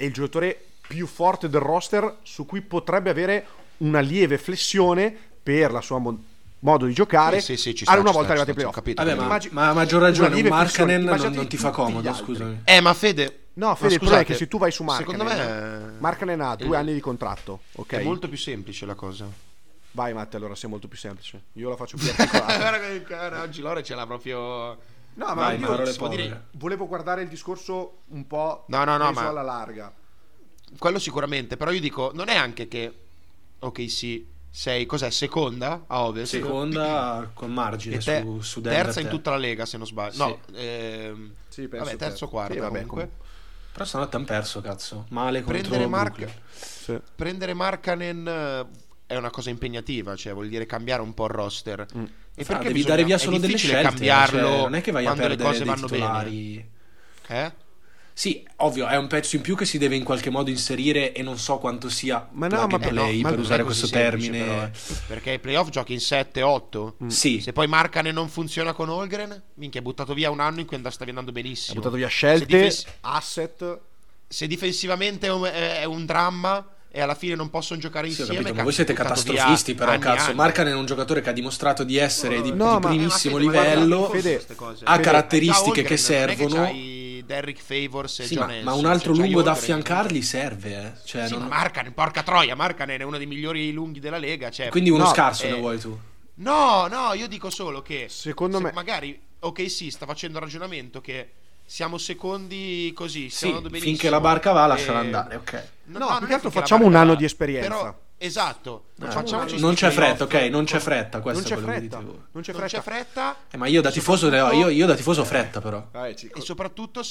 è il giocatore più forte del roster, su cui potrebbe avere una lieve flessione per la sua mo- modo di giocare. Sì, sì, sì, ci alla sta, una ci volta sta, arrivati ci ai sta, playoff. ho capito. Vabbè, ma, Immagini- ma a maggior ragione una un lieve flessione, Markkanen non, immaginati non ti fa tutti gli comodo, altri. scusami. Eh, ma Fede... No, Fede, ma il problema è scusate, che se tu vai su Markkanen, secondo me Markkanen ha due è- anni di contratto, ok? è molto più semplice la cosa. Vai Matte, allora sia molto più semplice. Io la faccio più articolata. Guarda che cara, oggi Lore ce l'ha proprio... No, ma Vai, io parole si può povere. dire, volevo guardare il discorso un po' No, no, no, preso ma- alla larga. Quello sicuramente, però io dico, non è anche che... Ok, sì, sei... Cos'è? Seconda a Ovest? Seconda con margine E te- su, su Denver. terza in te. tutta la Lega, se non sbaglio. Sì. No, ehm, Sì, penso vabbè, terzo terzo. o quarto Sì, vabbè, comunque. comunque. Però stanotte hanno perso, cazzo. Male contro Prendere Mark- Brooklyn. Sì. Prendere Markkanen eh, è una cosa impegnativa, cioè vuol dire cambiare un po' il roster. Mm. E Fra, devi bisogna- dare via è solo delle difficile scelte, cambiarlo cioè, non è che vai a quando le perdere cose dei vanno titolari. bene. Eh? Sì, ovvio, è un pezzo in più che si deve in qualche modo inserire e non so quanto sia Ma no, plug ma- and eh no, play ma per non usare è così questo semplice, termine. però, eh. Perché ai playoff giochi in sette otto. Sì, Se poi Markkanen non funziona con Holmgren, minchia, hai buttato via un anno in cui and- stavi andando Ha benissimo. buttato via Se scelte, difes- asset. Se difensivamente è un, è- è un dramma e alla fine non possono giocare sì, ho insieme, capito, ma cazzo, voi siete hai buttato catastrofisti, via però anni e cazzo. anni. Markkanen è un giocatore che ha dimostrato di essere di, No, di ma- primissimo Eh, ma Fede, livello, guarda, Fede, queste cose. ha Fede, caratteristiche Già che Holmgren, non è servono. c'hai Derrick Favors e Sì, John ma, Henson, ma un altro se c'hai lungo da Holmgren- affiancarli serve, eh. Cioè, Sì, non- ma Markkanen, porca troia, Markkanen è uno dei migliori lunghi della Lega, cioè... Quindi uno No, scarso eh, ne vuoi tu? No, no, io dico solo che Secondo se me- magari ok, sì, sta facendo il ragionamento che siamo secondi così, Sì, stiamo andando benissimo. finché la barca va lasciala Eh, andare, ok. No, non più è che altro finché la facciamo un barca anno va, di esperienza. Però, esatto, Eh, facciamoci non sti c'è fretta, playoff. ok, non c'è fretta, questo Non è c'è quello che fretta. dite voi. Non c'è Non c'è fretta. fretta. Eh, ma io da tifoso soprattutto- io, io da tifoso ho fretta però. Vai, ci- E soprattutto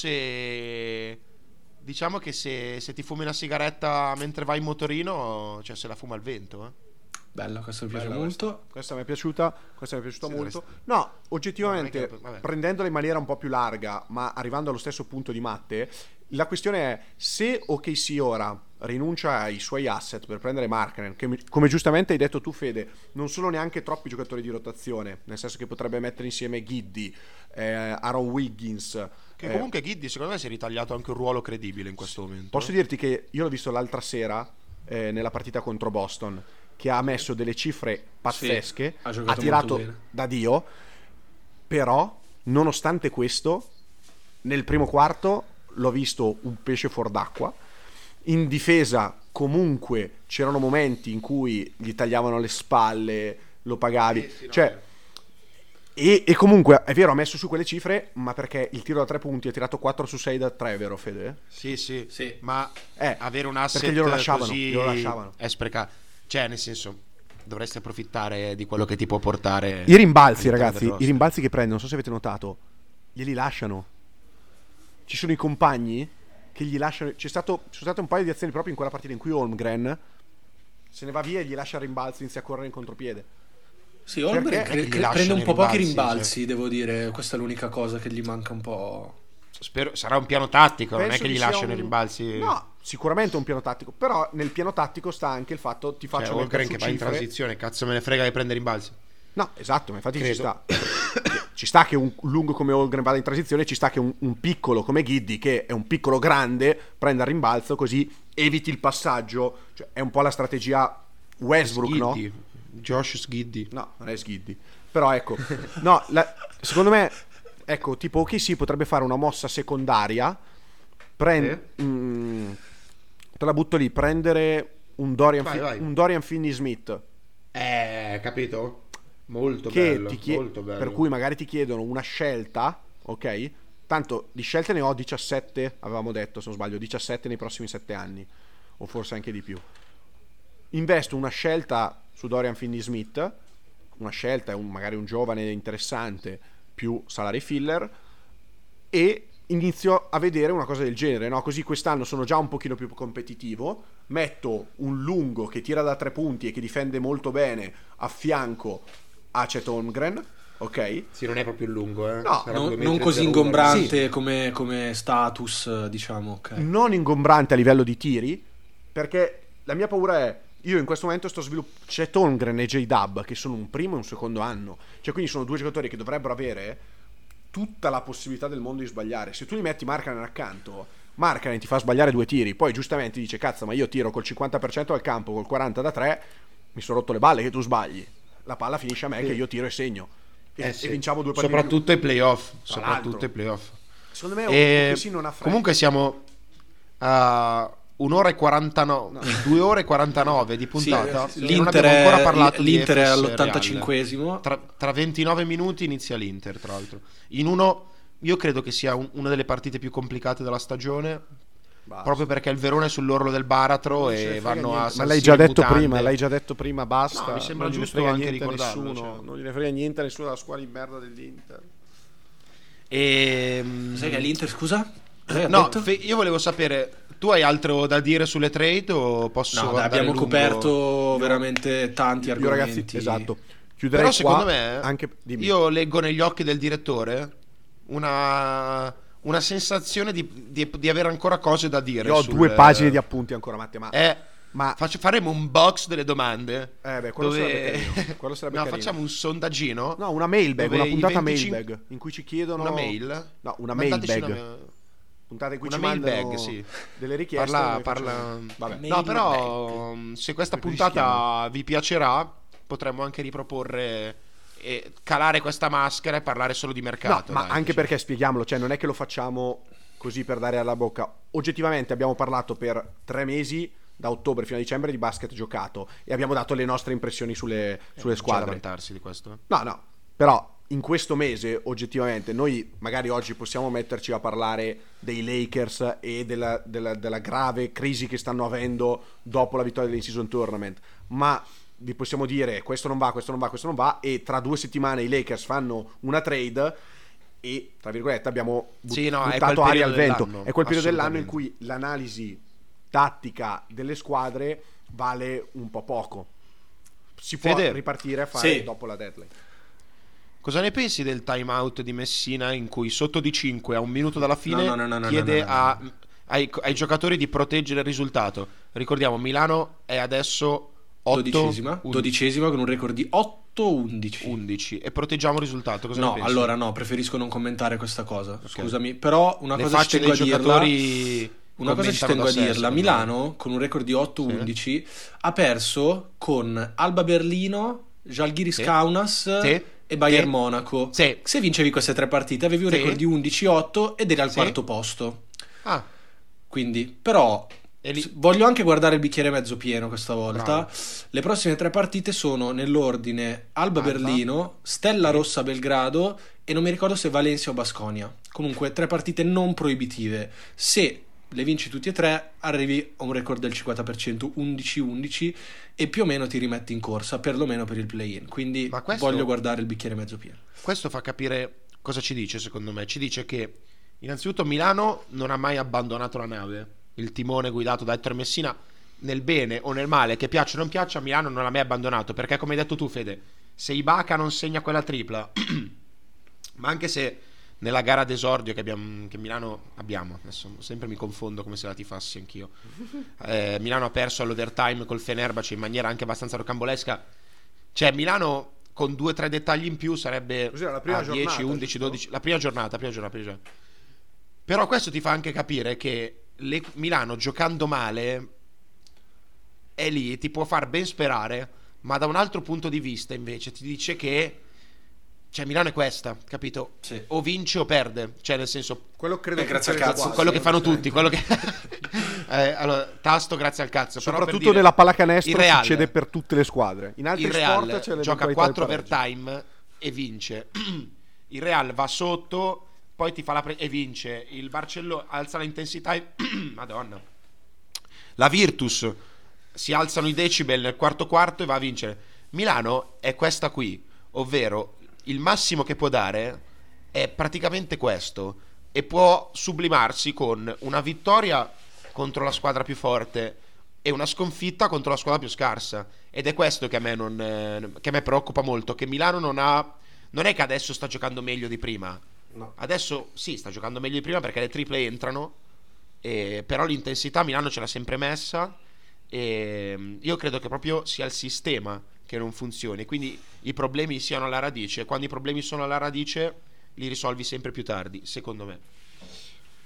se diciamo che se, se ti fumi una sigaretta mentre vai in motorino, cioè se la fuma al vento, eh. Bello, questo mi piace Bella molto. Questa mi è piaciuta, questa mi è piaciuta Sì, molto. dovresti- No, oggettivamente, No, non è che- vabbè. prendendola in maniera un po' più larga, ma arrivando allo stesso punto di Matte, la questione è se O K C ora rinuncia ai suoi asset per prendere Markkanen, che mi- come giustamente hai detto tu Fede, non sono neanche troppi giocatori di rotazione, nel senso che potrebbe mettere insieme Giddy, eh, Aaron Wiggins. Che eh, comunque Giddy secondo me si è ritagliato anche un ruolo credibile in questo momento. Posso dirti che io l'ho visto l'altra sera eh, nella partita contro Boston, che ha messo delle cifre pazzesche, ha ha, giocato tirato molto bene. da Dio, però nonostante questo nel primo quarto l'ho visto un pesce fuor d'acqua. In difesa comunque c'erano momenti in cui gli tagliavano le spalle, lo pagavi, Sì, sì, no, cioè e, e comunque è vero, ha messo su quelle cifre, ma perché il tiro da tre punti ha tirato quattro su sei da tre, vero Fede? Sì, sì, Sì. ma Eh, avere un asset perché glielo lasciavano, così glielo lasciavano. è sprecato. Cioè, nel senso, dovresti approfittare di quello che ti può portare I rimbalzi, all'interno ragazzi, del i roster. rimbalzi che prendono, non so se avete notato, glieli lasciano. Ci sono i compagni che gli lasciano. C'è stato, ci sono state un paio di azioni proprio in quella partita in cui Holmgren se ne va via e gli lascia il rimbalzo, inizia a correre in contropiede. Sì, Holmgren Perché? cre- Non è che gli cre- lasciano prende un i po' pochi rimbalzi, rimbalzi, devo dire. Questa è l'unica cosa che gli manca un po'. Spero, sarà un piano tattico, non è Penso che gli sia lasciano un- i rimbalzi. No, sicuramente un piano tattico, però nel piano tattico sta anche il fatto ti Cioè, faccio Holmgren mettere che su va in cifre. transizione, cazzo me ne frega che prende rimbalzi. No, esatto, ma infatti ci Credo. sta. Ci sta che un lungo come Holmgren vada in transizione, ci sta che un, un piccolo come Giddy, che è un piccolo grande, prenda il rimbalzo così eviti il passaggio. Cioè, è un po' la strategia Westbrook, no? Sghiddy. Josh Sghiddy. No, non è Sghiddy. Però ecco, no, la- secondo me, ecco, tipo O K C potrebbe fare una mossa secondaria, prend- mm, te la butto lì, prendere un Dorian, Vai, Fi- vai. un Dorian Finney-Smith, Eh, capito? Molto che bello, ti chie- molto bello. per cui magari ti chiedono una scelta, ok? Tanto di scelte ne ho diciassette, avevamo detto, se non sbaglio, diciassette nei prossimi sette anni, o forse anche di più. Investo una scelta su Dorian Finney-Smith, una scelta, è un, magari un giovane interessante, più salary filler, e inizio a vedere una cosa del genere, no? Così quest'anno sono già un pochino più competitivo, metto un lungo che tira da tre punti e che difende molto bene a fianco a Chet Holmgren, ok? Sì, non è proprio lungo, eh. No, Sarà Non, due non metri così e zero uno. ingombrante come, come status, diciamo. Ok. Non ingombrante a livello di tiri, perché la mia paura è, io in questo momento sto sviluppando Chet Holmgren e J-Dub che sono un primo e un secondo anno, cioè quindi sono due giocatori che dovrebbero avere tutta la possibilità del mondo di sbagliare. Se tu li metti Markkanen accanto, Markkanen ti fa sbagliare due tiri, poi giustamente dice cazzo ma io tiro col cinquanta per cento al campo, col quaranta da tre, mi sono rotto le balle che tu sbagli, la palla finisce a me sì. che io tiro e segno e, Eh sì. e vinciamo due partite soprattutto ai playoff, Tra soprattutto l'altro. ai playoff. Secondo me E sì, non ha fretta. comunque siamo a un'ora e quarantanove, no. due ore e quarantanove di puntata. Sì, e non l'Inter abbiamo ancora è, parlato di l'Inter è Efes all'ottantacinquesimo. Tra, tra ventinove minuti inizia l'Inter, tra l'altro. In uno, io credo che sia un- una delle partite più complicate della stagione. Basta. Proprio perché il Verona è sull'orlo del baratro Non ce ne e frega vanno niente. a ma San l'hai Siro già in detto mutande. prima l'hai già detto prima basta. No, mi sembra non gliene giusto frega anche niente a ricordarlo, nessuno, cioè. non gliene frega niente a nessuno della squadra di merda dell'Inter. E Sai che è l'Inter, scusa? Cos'hai no, detto? fe- io volevo sapere, tu hai altro da dire sulle trade o posso No, dai, andare abbiamo lungo? coperto veramente tanti Io argomenti. ragazzi, esatto. Chiuderei Però secondo qua, me anche dimmi. io leggo negli occhi del direttore una, una sensazione di, di, di avere ancora cose da dire. Io ho sul- due pagine di appunti ancora, Matteo, ma Eh, ma faccio- faremo un box delle domande. eh beh, quello dove- sarebbe carino. Quello sarebbe no, carino. facciamo un sondaggino. No, una mailbag, dove una i puntata venticinque mailbag in cui ci chiedono Una mail? No, una Mandateci mailbag. una- Puntata in cui Una ci mailbag, mandano sì. delle richieste. Parla, noi parla... facciamo- Vabbè. Mail- No, però se questa Come si puntata vi piacerà, potremmo anche riproporre e calare questa maschera e parlare solo di No, mercato. ma dai, anche così. perché spieghiamolo, cioè non è che lo facciamo così per dare alla bocca. Oggettivamente abbiamo parlato per tre mesi, da ottobre fino a dicembre, di basket giocato e abbiamo dato le nostre impressioni sulle, sulle C'è da squadre. vantarsi di questo. eh. No, no, però in questo mese oggettivamente noi magari oggi possiamo metterci a parlare dei Lakers e della, della- della grave crisi che stanno avendo dopo la vittoria dell'in-season tournament, ma vi possiamo dire questo non va, questo non va, questo non va e tra due settimane i Lakers fanno una trade e tra virgolette abbiamo but- Sì, no, è buttato quel aria al periodo vento. dell'anno, È quel periodo dell'anno in assolutamente. cui l'analisi tattica delle squadre vale un po' poco. Si può Fede, ripartire a fare sì. dopo la deadline. Cosa ne pensi del time out di Messina in cui sotto di cinque a un minuto dalla fine No, no, no, no, chiede no, no, no, a- ai, ai giocatori di proteggere il risultato? Ricordiamo, Milano è adesso otto Dodicesima, un- dodicesima con un record di otto undici. undici e proteggiamo il risultato. Cosa ne No, pensi? allora no, preferisco non commentare questa cosa. Scusami, però una Le cosa ci facce tengo dei a dirla. giocatori Una cosa ci commentano tengo da a sé, dirla, secondo me. Milano con un record di otto undici ha perso con Alba Berlino, Žalgiris Sì. Kaunas Sì. e Bayern Sì. Monaco. Sì. Se vincevi queste tre partite avevi un Sì. record di undici otto ed eri al Sì. quarto posto. Ah, Quindi, però E lì- s- voglio anche guardare il bicchiere mezzo pieno questa volta. Bravo. Le prossime tre partite sono nell'ordine Alba, Alba. Berlino, Stella Rossa Belgrado e non mi ricordo se Valencia o Basconia. Comunque tre partite non proibitive. Se le vinci tutti e tre arrivi a un record del cinquanta per cento, undici undici, e più o meno ti rimetti in corsa, perlomeno per il play-in. Quindi Ma questo- voglio guardare il bicchiere mezzo pieno. questo fa capire cosa ci dice, secondo me. Ci dice che innanzitutto Milano non ha mai abbandonato la nave. Il timone guidato da Ettore Messina, nel bene o nel male, che piaccia o non piaccia, Milano non l'ha mai abbandonato. Perché, come hai detto tu, Fede, se Ibaka non segna quella tripla, ma anche se nella gara d'esordio che, abbiamo, che Milano abbiamo, adesso sempre mi confondo come se la tifassi anch'io, eh, Milano ha perso all'overtime col Fenerbahce in maniera anche abbastanza rocambolesca. Cioè Milano con due o tre dettagli in più sarebbe Cos'era, la prima a dieci, giornata, undici, giusto? dodici, la prima giornata, la prima giornata, la prima giornata. Però questo ti fa anche capire che le- Milano giocando male è lì, ti può far ben sperare, ma da un altro punto di vista invece ti dice che cioè Milano è questa, capito? Sì. O vince o perde, cioè nel senso Quello credo Eh, grazie tutte al le cazzo, squadre, quello che fanno sempre. tutti, quello che eh, allora, tasto grazie al cazzo, però per Soprattutto dire, nella pallacanestro il Real- succede per tutte le squadre. In altri il sport Real c'è gioca l'eventualità quattro del pareggio. overtime e vince. Il Real va sotto, poi ti fa la pre- e vince. Il Barcellona alza la intensità e Madonna. La Virtus si alzano i decibel nel quarto quarto e va a vincere. Milano è questa qui, ovvero il massimo che può dare è praticamente questo e può sublimarsi con una vittoria contro la squadra più forte e una sconfitta contro la squadra più scarsa, ed è questo che a me non eh, che a me preoccupa molto, che Milano non ha non è che adesso sta giocando meglio di prima. No. Adesso sì, sta giocando meglio di prima perché le triple entrano, e, però l'intensità Milano ce l'ha sempre messa, e mm, io credo che proprio sia il sistema che non funzioni, quindi i problemi siano alla radice, e quando i problemi sono alla radice li risolvi sempre più tardi, secondo me.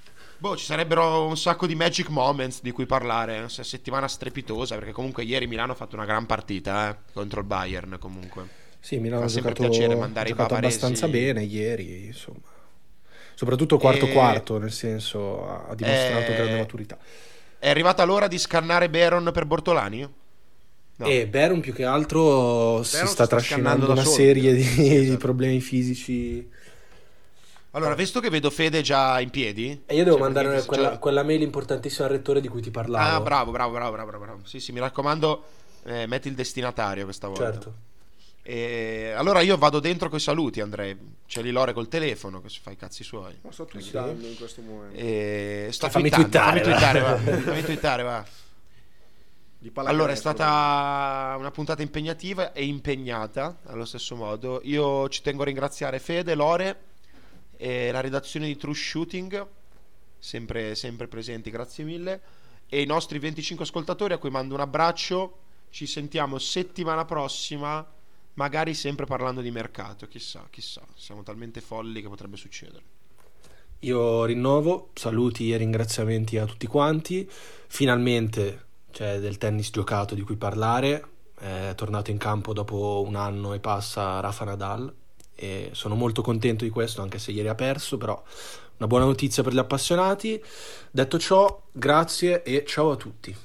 Boh, ci sarebbero un sacco di magic moments di cui parlare. Una settimana strepitosa, perché comunque ieri Milano ha fatto una gran partita eh, contro il Bayern comunque. Sì, Milano Fa ha sempre giocato, piacere mandare ha i giocato bavaresi. abbastanza bene ieri, insomma. Soprattutto quarto E- quarto, nel senso, ha ha dimostrato Eh, grande maturità. È arrivata l'ora di scannare Beron per Bortolani? No. E Baron più che altro si Baron sta si sta scannando trascinando da una solo, serie di, sì, di esatto. problemi fisici. Allora, visto che vedo Fede già in piedi, E io devo cioè, mandare praticamente- quella, cioè- quella mail importantissima al rettore di cui ti parlavo. Ah, bravo, bravo, bravo, bravo, bravo, bravo. Sì, sì, mi raccomando, eh, metti il destinatario questa volta. Certo. E allora io vado dentro coi saluti, Andrei. C'è lì Lore col telefono che si fa i cazzi suoi. Ma sto twittando in questo momento. E sta Fammi twittando, twittare, fammi va. twittare, va. Fammi twittare, va. Di Allora, è pallacanestro. stata una puntata impegnativa e impegnata allo stesso modo. Io ci tengo a ringraziare Fede, Lore e la redazione di True Shooting, sempre, sempre presenti, grazie mille. E i nostri venticinque ascoltatori a cui mando un abbraccio. Ci sentiamo settimana prossima, magari sempre parlando di mercato. Chissà, chissà, siamo talmente folli che potrebbe succedere. Io rinnovo saluti e ringraziamenti a tutti quanti. Finalmente c'è del tennis giocato di cui parlare. È tornato in campo dopo un anno e passa Rafa Nadal e sono molto contento di questo, anche se ieri ha perso, però una buona notizia per gli appassionati. Detto ciò, grazie e ciao a tutti.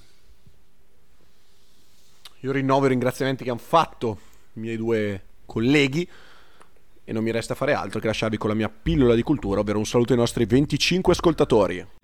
Io rinnovo i ringraziamenti che hanno fatto i miei due colleghi e non mi resta fare altro che lasciarvi con la mia pillola di cultura, ovvero un saluto ai nostri venticinque ascoltatori.